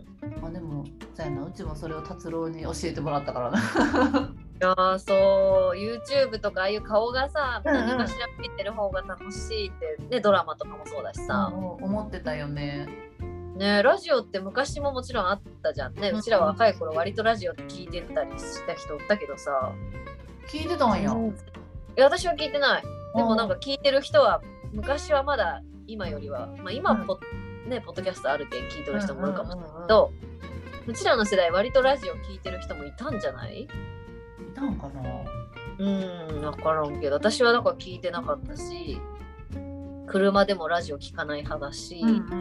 あ、でもそうやな、うちもそれを達郎に教えてもらったからな。 いやそう、YouTube とかああいう顔がさ、何かしら見てる方が楽しいってね、ドラマとかもそうだしさ、 うん、思ってたよね。 ね、ラジオって昔ももちろんあったじゃんね。うちらは若い頃割とラジオって聞いてたりした人だけどさ。 聞いてたんや。いや、私は聞いてない。でもなんか聞いてる人は昔はまだ今よりは、まあ、今はポ、うん、ね、ポッドキャストあるけん聞いてる人もいるかもしれないけど、うちらの世代割とラジオ聞いてる人もいたんじゃない？いたんかな。 うーん、分からんけど、私はだから聞いてなかったし、車でもラジオ聞かない派だし、うんうんうんうん、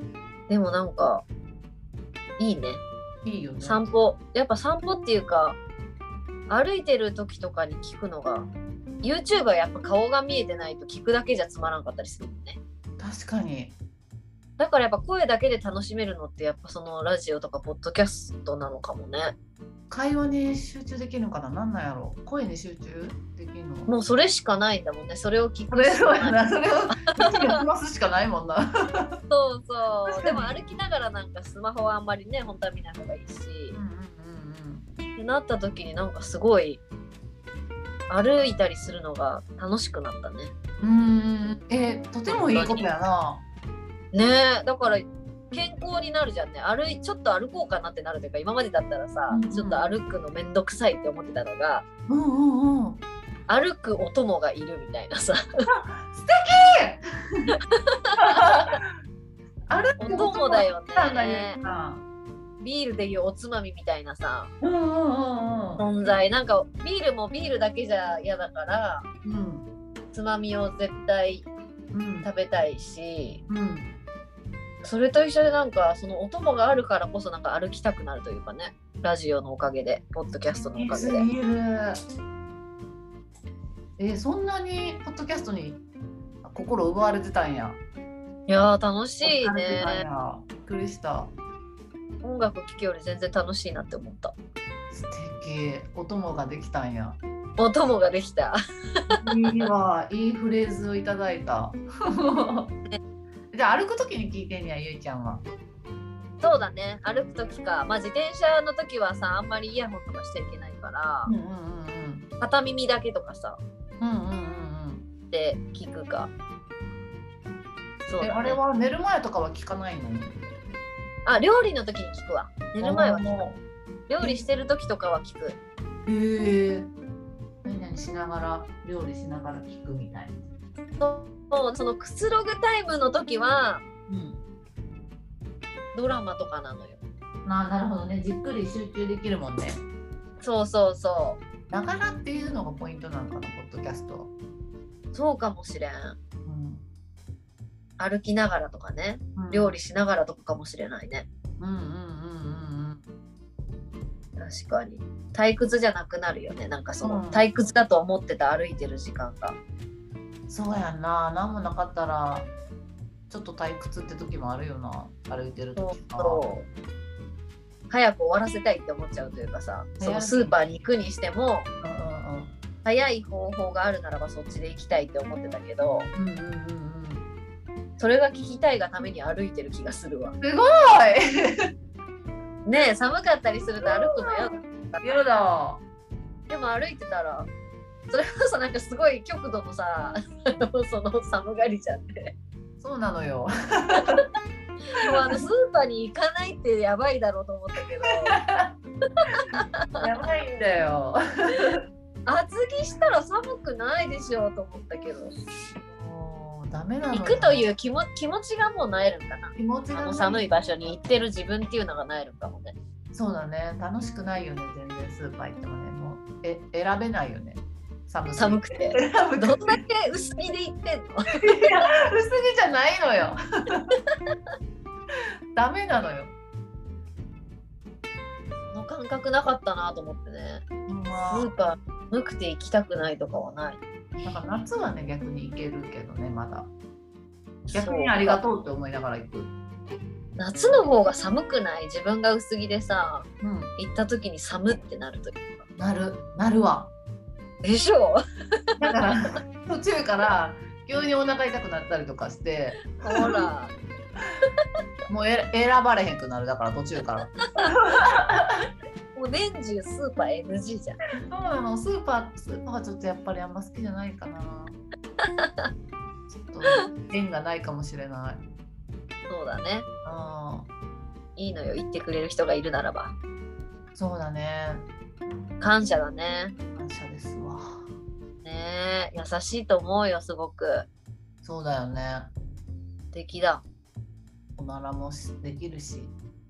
でもなんかいいね。 いいよね。 散歩、やっぱ散歩っていうか歩いてる時とかに聞くのが、 YouTube はやっぱ顔が見えてないと聞くだけじゃつまらんかったりするもんね。 確かに。 だからやっぱ声だけで楽しめるのってやっぱそのラジオとかポッドキャストなのかもね。 会話に集中できるのかな。なんなんやろ。声に集中できるの。 もうそれしかないんだもんね。それを聞くしかない。 それをな、それをますしかないもんな。 そうそう。でも歩きながらなんかスマホはあんまりね、本当は見ない方がいいし。 うんうんうんうん。ってなった時になんかすごい歩いたりするのが楽しくなったね。 うーん。え、とてもいいことやな。 ねえ、だから健康になるじゃんね。歩いちょっと歩こうかなってなるというか、今までだったらさ、うんうん、ちょっと歩くのめんどくさいって思ってたのが、 うんうんうん、 歩くお供がいるみたいなさ。素敵歩くお供だよね。ビールでいうおつまみみたいなさ、 うんうんうんうん、 存在。なんかビールもビールだけじゃ嫌だから、うん、つまみを絶対食べたいし、うんうん、それと一緒でなんかそのお供があるからこそなんか歩きたくなるというかね。ラジオのおかげで、ポッドキャストのおかげで。 えー、そんなにポッドキャストに心奪われてたんや。 いやー楽しいね。 びっくりした。 音楽聴くより全然楽しいなって思った。 素敵。お供ができたんや。 お供ができた。 いいわ、いいフレーズをいただいた。じゃあ歩くときに聞いてんや、ゆいちゃんは。 そうだね、歩くときか。まあ自転車のときはさ、あんまりイヤホンとかしちゃいけないから、うんうんうん、片耳だけとかさ。 うんうんうんうんて聞くか。そうだね、 えあれは寝る前とかは聞かないの？ あ、料理の時に聞くわ。寝る前は聞く。 も料理してる時とかは聞く。 うへえ何々しながら料理しながら聞くみたいな。 そうそのくつろぐタイムの時はうんドラマとかなのよ。 ななるほどね、じっくり集中できるもんね。 そうそうそながらっていうのがポイントなのかな、ポッドキャストは。 う。そうかもしれん。 うん歩きながらとかね、 うん料理しながらとかかもしれないね。 うんうんうんうん確かに。退屈じゃなくなるよね。なんかその、 うん退屈だと思ってた歩いてる時間が。 うん。そうやんな、何もなかったらちょっと退屈って時もあるよな、歩いてるそう時か。 そう早く終わらせたいって思っちゃうというかさ、そのスーパーに行くにしてもうんうんうん早い方法があるならばそっちで行きたいって思ってたけど、 うんうんうんうん。 それが聞きたいがために歩いてる気がするわ。 すごいねえ、寒かったりすると歩くのやだ。 やだ。 でも歩いてたらそれこそなんかすごい極度のさその寒がりじゃんね。 そうなのよ。 でもあのスーパーに行かないってやばいだろうと思ったけどやばいんだよ。 厚着したら寒くないでしょうと思ったけど、 もうダメなのよ。 行くという気も気持ちがもうなえるんかな。 気持ちがあの寒い場所に行ってる自分っていうのがなえるかもね。 そうだね、楽しくないよね、全然スーパー行ってもね、もうえ選べないよね、寒すぎ寒くて選ぶどんだけ薄着で行ってんのいや薄着じゃないのよダメなのよ。 その感覚なかったなと思ってね。 まスーパー寒くて行きたくないとかはない。 あ、なんか夏はね逆に行けるけどね、まだ逆にありがとうって思いながら行く。 夏の方が寒くない？自分が薄着でさ、 うん、 行った時に寒ってなる時なるなるわ。 でしょ。 だから途中から急にお腹痛くなったりとかしてほらもうえ選ばれへんくなる。だから途中からもう年中スーパー エヌジー じゃん。 そうなの、スーパースーパーはちょっとやっぱりあんま好きじゃないかなちょっと縁がないかもしれない。 そうだね。 あいいのよ、言ってくれる人がいるならば。 そうだね、 感謝だね。 感謝ですわ。 ねえ、優しいと思うよ、すごく。 そうだよね、 素敵だ。 おならもできるし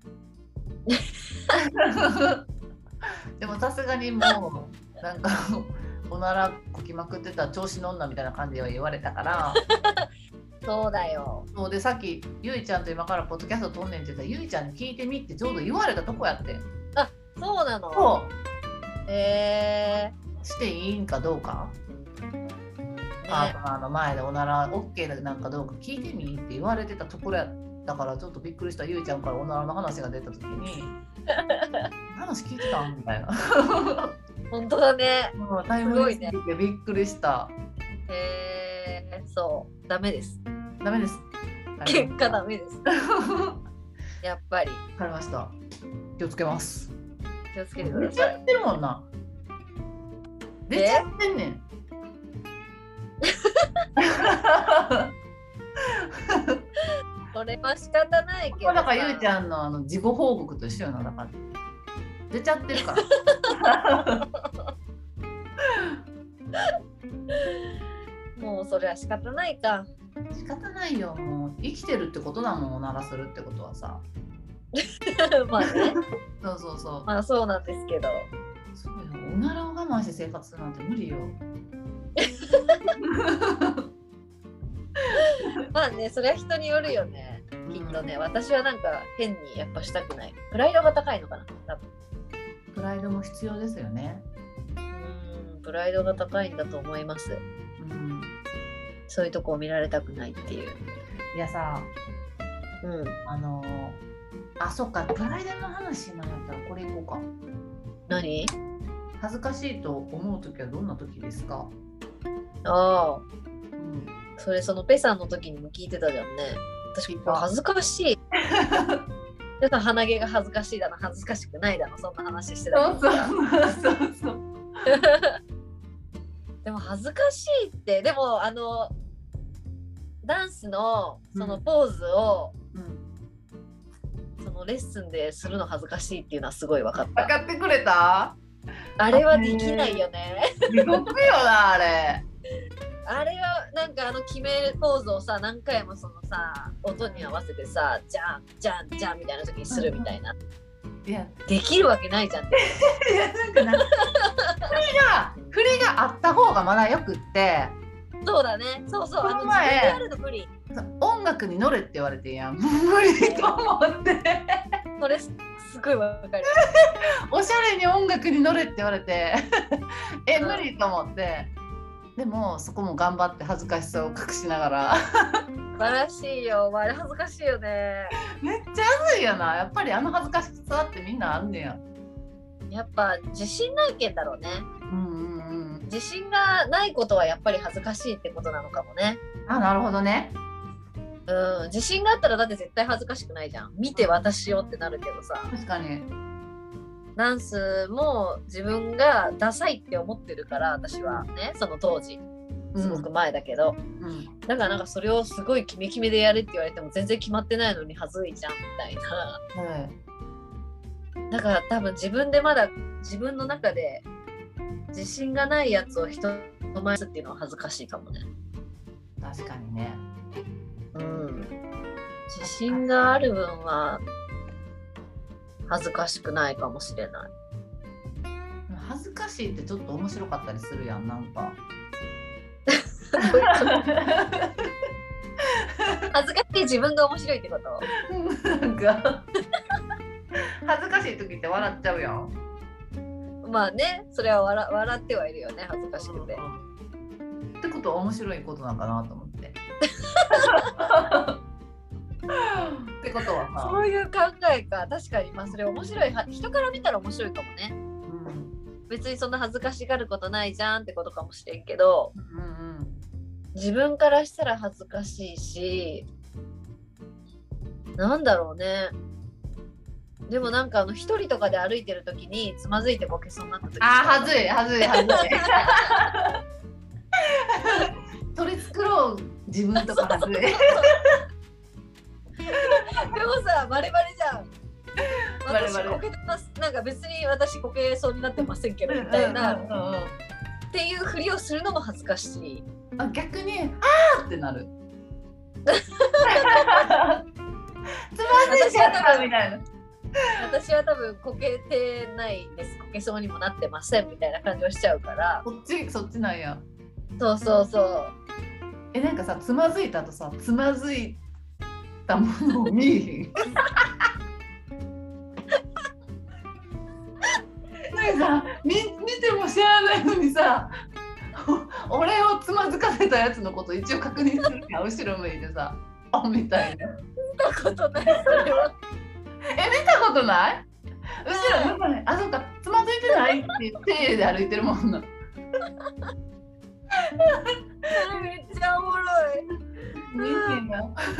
でもさすがにもうなんかおならこきまくってた調子の女みたいな感じで言われたからそうだよ。 そうで、さっきゆいちゃんと今からポッドキャスト撮んねんって言ったら、ゆいちゃんに聞いてみってちょうど言われたとこやってん。 あ、そうなの。 そうへえしていいんかどうか、 ー。 パーね、 トナーの前でおなら OK なんかどうか聞いてみって言われてたところやったから、ちょっとびっくりした。ゆいちゃんからおならの話が出た時に話聞いてたんみたいな本当だね。 もうタイムリーすぎてびっくりした。 へえー、そうダメです。 ダメです。 結果ダメです。やっぱり。 わかりました。気をつけます。 気をつけてく出ださい。 ちゃってるもんな。出ちゃってんねん。 これは仕方ないけどさ。 だからゆいちゃんのあの自己報告と一緒よな。だから出ちゃってるからもうそれは仕方ないか。 仕方ないよ。もう生きてるってことだもん。おならするってことはさまあね。 そうそうそう。 まあそうなんですけど。 そうよ。おならを我慢して生活するなんて無理よまあね、それは人によるよね。きっとね、私はなんか変にやっぱしたくない。プライドが高いのかな、多分。 プライドも必要ですよね。 うん、プライドが高いんだと思います。 うん、 そういうとこを見られたくないっていう。 いやさ、 うん。 あのー、あ、そっか、プライドの話なんやったらこれいこうか。 何？ 恥ずかしいと思うときはどんなときですか？ ああ、 うん、 それそのペさんの時にも聞いてたじゃんね。私これ恥ずかしい。でさ、鼻毛が恥ずかしいだの、恥ずかしくないだの、そんな話してたけど。 そうそうそうそうでも恥ずかしいってでもあのダンスのそのポーズを、うん、そのレッスンでするの恥ずかしいっていうのはすごい分かった。 分かってくれた？ あれはできないよね。 地獄よなあれ。 あれはなんかあの決めポーズをさ何回もそのさ音に合わせてさじゃんじゃんじゃんみたいな時にするみたいな。いやできるわけないじゃんって。いやなんかな振りが振りがあった方がまだよくって。 そうだね。そうそう。あの自分でやるの無理。 音楽に乗れって言われてんやん。無理と思って。 それすごいわかる。 おしゃれに音楽に乗れって言われて、え無理と思って。でもそこも頑張って恥ずかしさを隠しながら。 素晴らしいよ。あれ恥ずかしいよね。 めっちゃ恥ずいよな。やっぱりあの恥ずかしさってみんなあんねや。 やっぱ自信ないけんだろうね。 うんうんうん。 自信がないことはやっぱり恥ずかしいってことなのかもね。 あ、なるほどね。 うん、自信があったらだって絶対恥ずかしくないじゃん。見て私よってなるけどさ。 確かに。 ダンスも自分がダサいって思ってるから私はねその当時すごく前だけど、うんうん、だからなんかそれをすごいキメキメでやれって言われても全然決まってないのに恥ずいじゃんみたいな。うん、だから多分自分でまだ自分の中で自信がないやつを人の前にするっていうのは恥ずかしいかもね。 確かにね。 うん。自信がある分は恥ずかしくないかもしれない。 恥ずかしいってちょっと面白かったりするやんなんか。 恥ずかしい自分が面白いってこと？ なんか恥ずかしい時って笑っちゃうやん。 まあね、それは 笑, 笑ってはいるよね、恥ずかしくて。 ってことは面白いことなんかなと思って。ってことはさ。 そういう考えか、確かに、まあそれ面白い、人から見たら面白いかもね。うん、別にそんな恥ずかしがることないじゃんってことかもしれんけど、うんうん、自分からしたら恥ずかしいし、なんだろうね。でもなんかあの一人とかで歩いてる時につまずいてこけそうになった時、 あー恥ずい恥ずい恥ずい取り繕う自分とか恥ずいでもさバレバレじゃん。 バレバレ私こけてます。なんか別に私こけそうになってませんけどみたいな、うんうんうんうん、っていうふりをするのも恥ずかしい。 あ、逆にあーってなるつまずいちゃったみたいな。 私は多分こけてないです、こけそうにもなってませんみたいな感じをしちゃうから。 そっちそっちなんや。 そうそうそう。 え、なんかさ、つまずいたとさ、つまずいたものを見えへんなんかさ、見、見ても知らないのにさ俺をつまずかせたやつのこと一応確認するやん後ろ向いてさ、あみたいな。 見たことないそれは。 え、見たことない？後ろ向かない。あ、そっか、つまずいてないって手で歩いてるもんな。 めっちゃおもろい。 見てんな。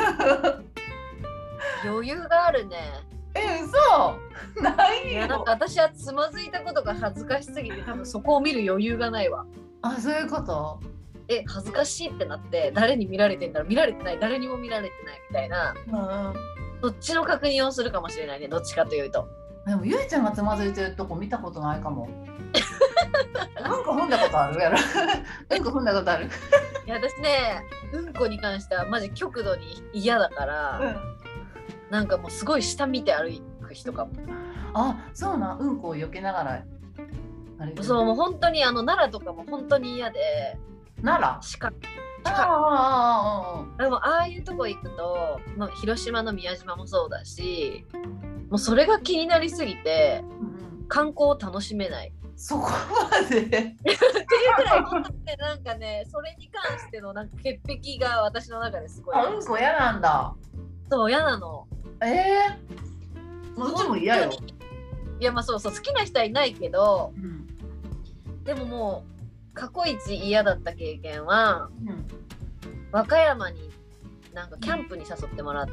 余裕があるね。 え、嘘？ないよ。 いや、なんか私はつまずいたことが恥ずかしすぎて多分そこを見る余裕がないわ。 あ、そういうこと？ え、恥ずかしいってなって誰に見られてんだろう、見られてない、誰にも見られてないみたいな、うん、どっちの確認をするかもしれないね、どっちかというと。 でもゆいちゃんがつまずいてるとこ見たことないかも。うんこ踏んだことあるやろうんこ踏んだことあるいや私ね、うんこに関してはマジ極度に嫌だから、うん、なんかもうすごい下見て歩く人かも。 あ、そうな、うんこを避けながらあれ。そう、もう本当にあの奈良とかも本当に嫌で。 奈良？ 鹿。 ああ、 でもああいうとこ行くと、まあ、広島の宮島もそうだし、もうそれが気になりすぎて、うん、観光を楽しめない。 そこまでっていうくらい本当にね、なんかね、それに関してのなんか潔癖が私の中ですごい。 あ、うんこ嫌なんだ。 そう、嫌なの。 ええー、もううちも嫌よ。 いや、まあそうそう、好きな人はいないけど、うん、でももう過去一嫌だった経験は、うん、和歌山になんかキャンプに誘ってもらって、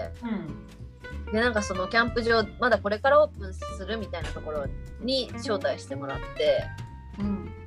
うん、でなんかそのキャンプ場まだこれからオープンするみたいなところに招待してもらって、うん、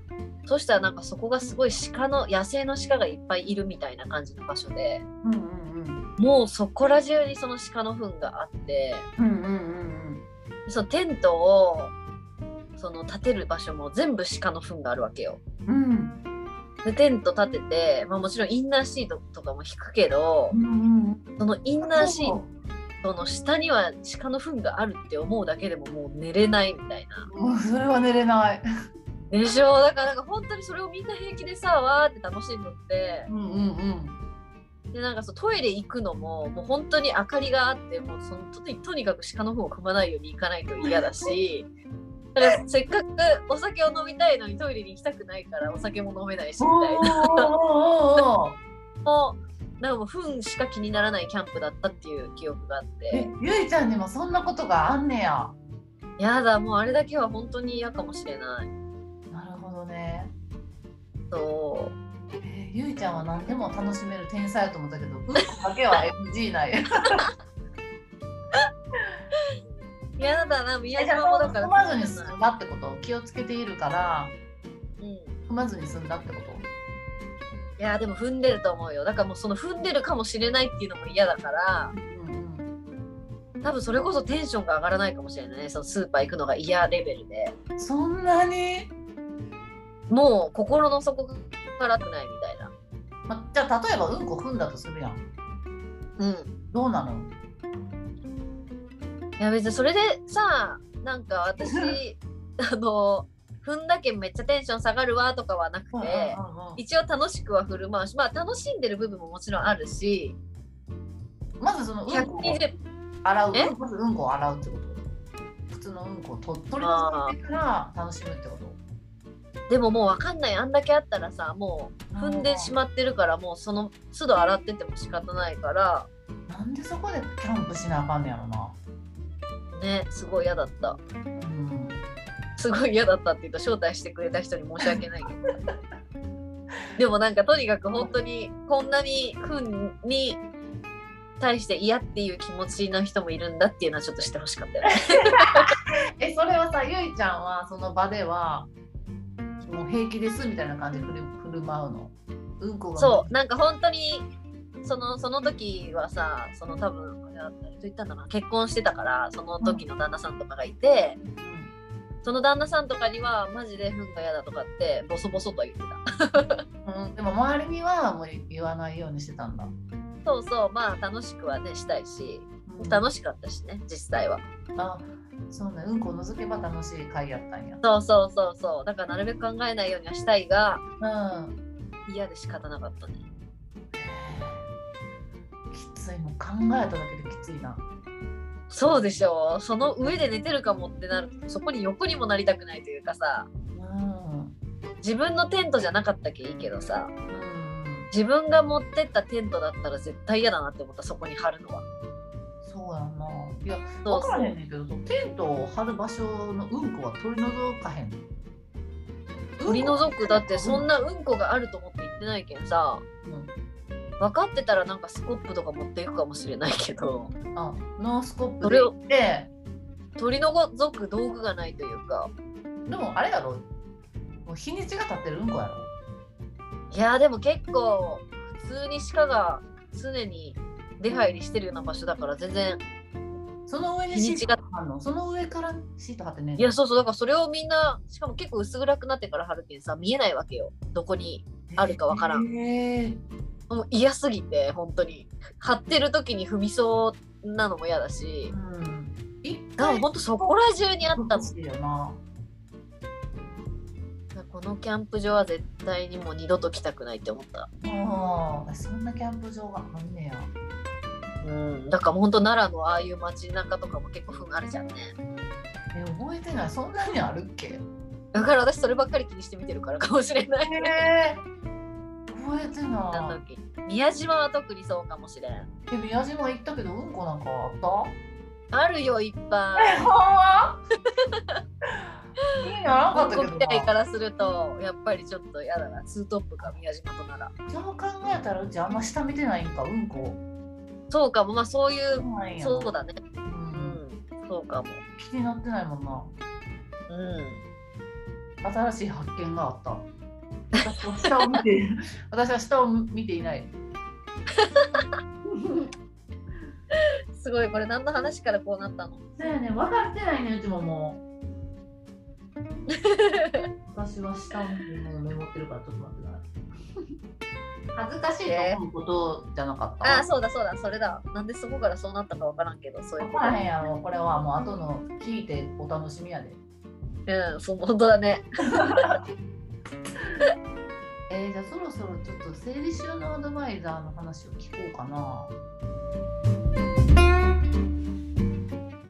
そしたらなんかそこがすごい鹿の野生の鹿がいっぱいいるみたいな感じの場所で、 うんうんもうそこら中にその鹿の糞があって、 うんうんうんうんそのテントをその建てる場所も全部鹿の糞があるわけよ。 うんでテント立てて、まあ、もちろんインナーシートとかも引くけど、 うんうんそのインナーシートの下には鹿の糞があるって思うだけでももう寝れないみたいな。 もうそれは寝れない。 でしょ。だからなんか本当にそれをみんな平気でさわーって楽しんどって、 うんうんうん。 でなんかそうトイレ行くのももう本当に明かりがあってもうそのとにとにかく鹿の糞を踏まないように行かないと嫌だしだからせっかくお酒を飲みたいのにトイレに行きたくないからお酒も飲めないしみたいなもうなんかもう糞しか気にならないキャンプだったっていう記憶があっえて、 ゆいちゃんにもそんなことがあんねや。 やだもうあれだけは本当に嫌かもしれない。 なるほどね。 そうえーゆいちゃんは何でも楽しめる天才だと思ったけど、うんこだけは エヌジー ない。 嫌だな。宮えじゃ島もだからあ踏まずに済んだってこと？気をつけているからうん踏まずに済んだってこと？ いやでも踏んでると思うよ。だからもうその踏んでるかもしれないっていうのも嫌だからうんうん、 多分それこそテンションが上がらないかもしれないね。そのスーパー行くのが嫌レベルでそんなに？ もう心の底からくないみたいな。 ま、じゃあ例えばうんこ踏んだとするやん。 うんどうなの？ いや別にそれでさなんか私あの踏んだけんめっちゃテンション下がるわとかはなくて、 うんうんうんうん、 一応楽しくは振る舞うし、まあ楽しんでる部分ももちろんあるし、 まずそのうんこをひゃくにじゅう洗う、 えまずうんこを洗うってこと？普通のうんこを取取り除いてから楽しむってこと？ でももうわかんない。あんだけあったらさもう踏んでしまってるからもうその都度洗ってても仕方ないからなんでそこでキャンプしなあかんねやろな。 ね、すごい嫌だった。 うんすごい嫌だったって言うと招待してくれた人に申し訳ないけどでもなんかとにかく本当にこんなに糞に対して嫌っていう気持ちの人もいるんだっていうのはちょっとしてほしかったよねえそれはさ、ゆいちゃんはその場ではもう平気ですみたいな感じで振る振る舞うの？うんこがそうなんか本当にそのその時はさその多分あれは誰と言ったんだろうな、結婚してたからその時の旦那さんとかがいて、 うんその旦那さんとかにはマジで糞が嫌だとかってボソボソとは言ってたうん、でも周りにはもう言わないようにしてたんだ。 そうそうまあ楽しくはねしたいし、 うん、 楽しかったしね実際は。 あ、そうね、うんこを除けば楽しい回やったんや。 そうそうそうそうだからなるべく考えないようにはしたいがうん、 嫌で仕方なかったね。 きついの考えただけできついな。 そうでしょ。その上で寝てるかもってなるとそこに横にもなりたくないというかさ、 うん自分のテントじゃなかったけいいけどさ、 うん自分が持ってったテントだったら絶対嫌だなって思った。そこに貼るのは。 そうやんな。いや、 そうそう分からへんねんけど、テントを張る場所のうんこは取り除かへんの？ 取り除くだってそんなうんこがあると思って言ってないけんさ、 うん、 分かってたらなんかスコップとか持っていくかもしれないけど、 あ、ノースコップで行って取り除く道具がないというか。 でもあれやろ、もう日にちが経ってるうんこやろ。 いやでも結構普通に鹿が常に出入りしてるような場所だから全然。 その上にシート貼るの？その上からシート貼ってね。 いやそうそうだからそれをみんなしかも結構薄暗くなってから貼るけんさ見えないわけよ。どこにあるかわからん。 へー、 もう嫌すぎて本当に貼ってる時に踏みそうなのも嫌だし、 うん、一だから回本当そこら中にあったもん。 欲しいよな。 このキャンプ場は絶対にもう二度と来たくないって思った。 ああ、そんなキャンプ場があんねや。 うん、だからもう本当奈良のああいう街中とかも結構糞あるじゃんね。 え、覚えてない。そんなにあるっけ？ だから私そればっかり気にして見てるからかもしれない。 へー、覚えてない。 宮島は特にそうかもしれん。 え、宮島行ったけどうんこなんかあった？ あるよいっぱえ、 い。 ほんま？いいな、なかったけどみたいからするとやっぱりちょっと嫌だな。ツートップか宮島と奈良。 そう考えたらうちあんま下見てないんか、うんこ。 そうかも、まあそういうそうなんや。 そうだね。 う。 うんん、そうかも。 気になってないもんな。 うん。 新しい発見があった。 私は下を見て私は下を見ていない。 すごい、これ何の話からこうなったの？ そうやね、分かってないね、うちももう。私は下を見てるものメモってるから、ちょっと待ってください。恥ずかしいと思うことじゃなかった。 ああ、そうだそうだ、それだ。なんでそこからそうなったかわからんけど、そういうこと。 分からへんやろ、これはもう後の聞いてお楽しみやで。 うん、そう、本当だね。 えー、じゃあそろそろちょっと整理収納アドバイザーの話を聞こうかな。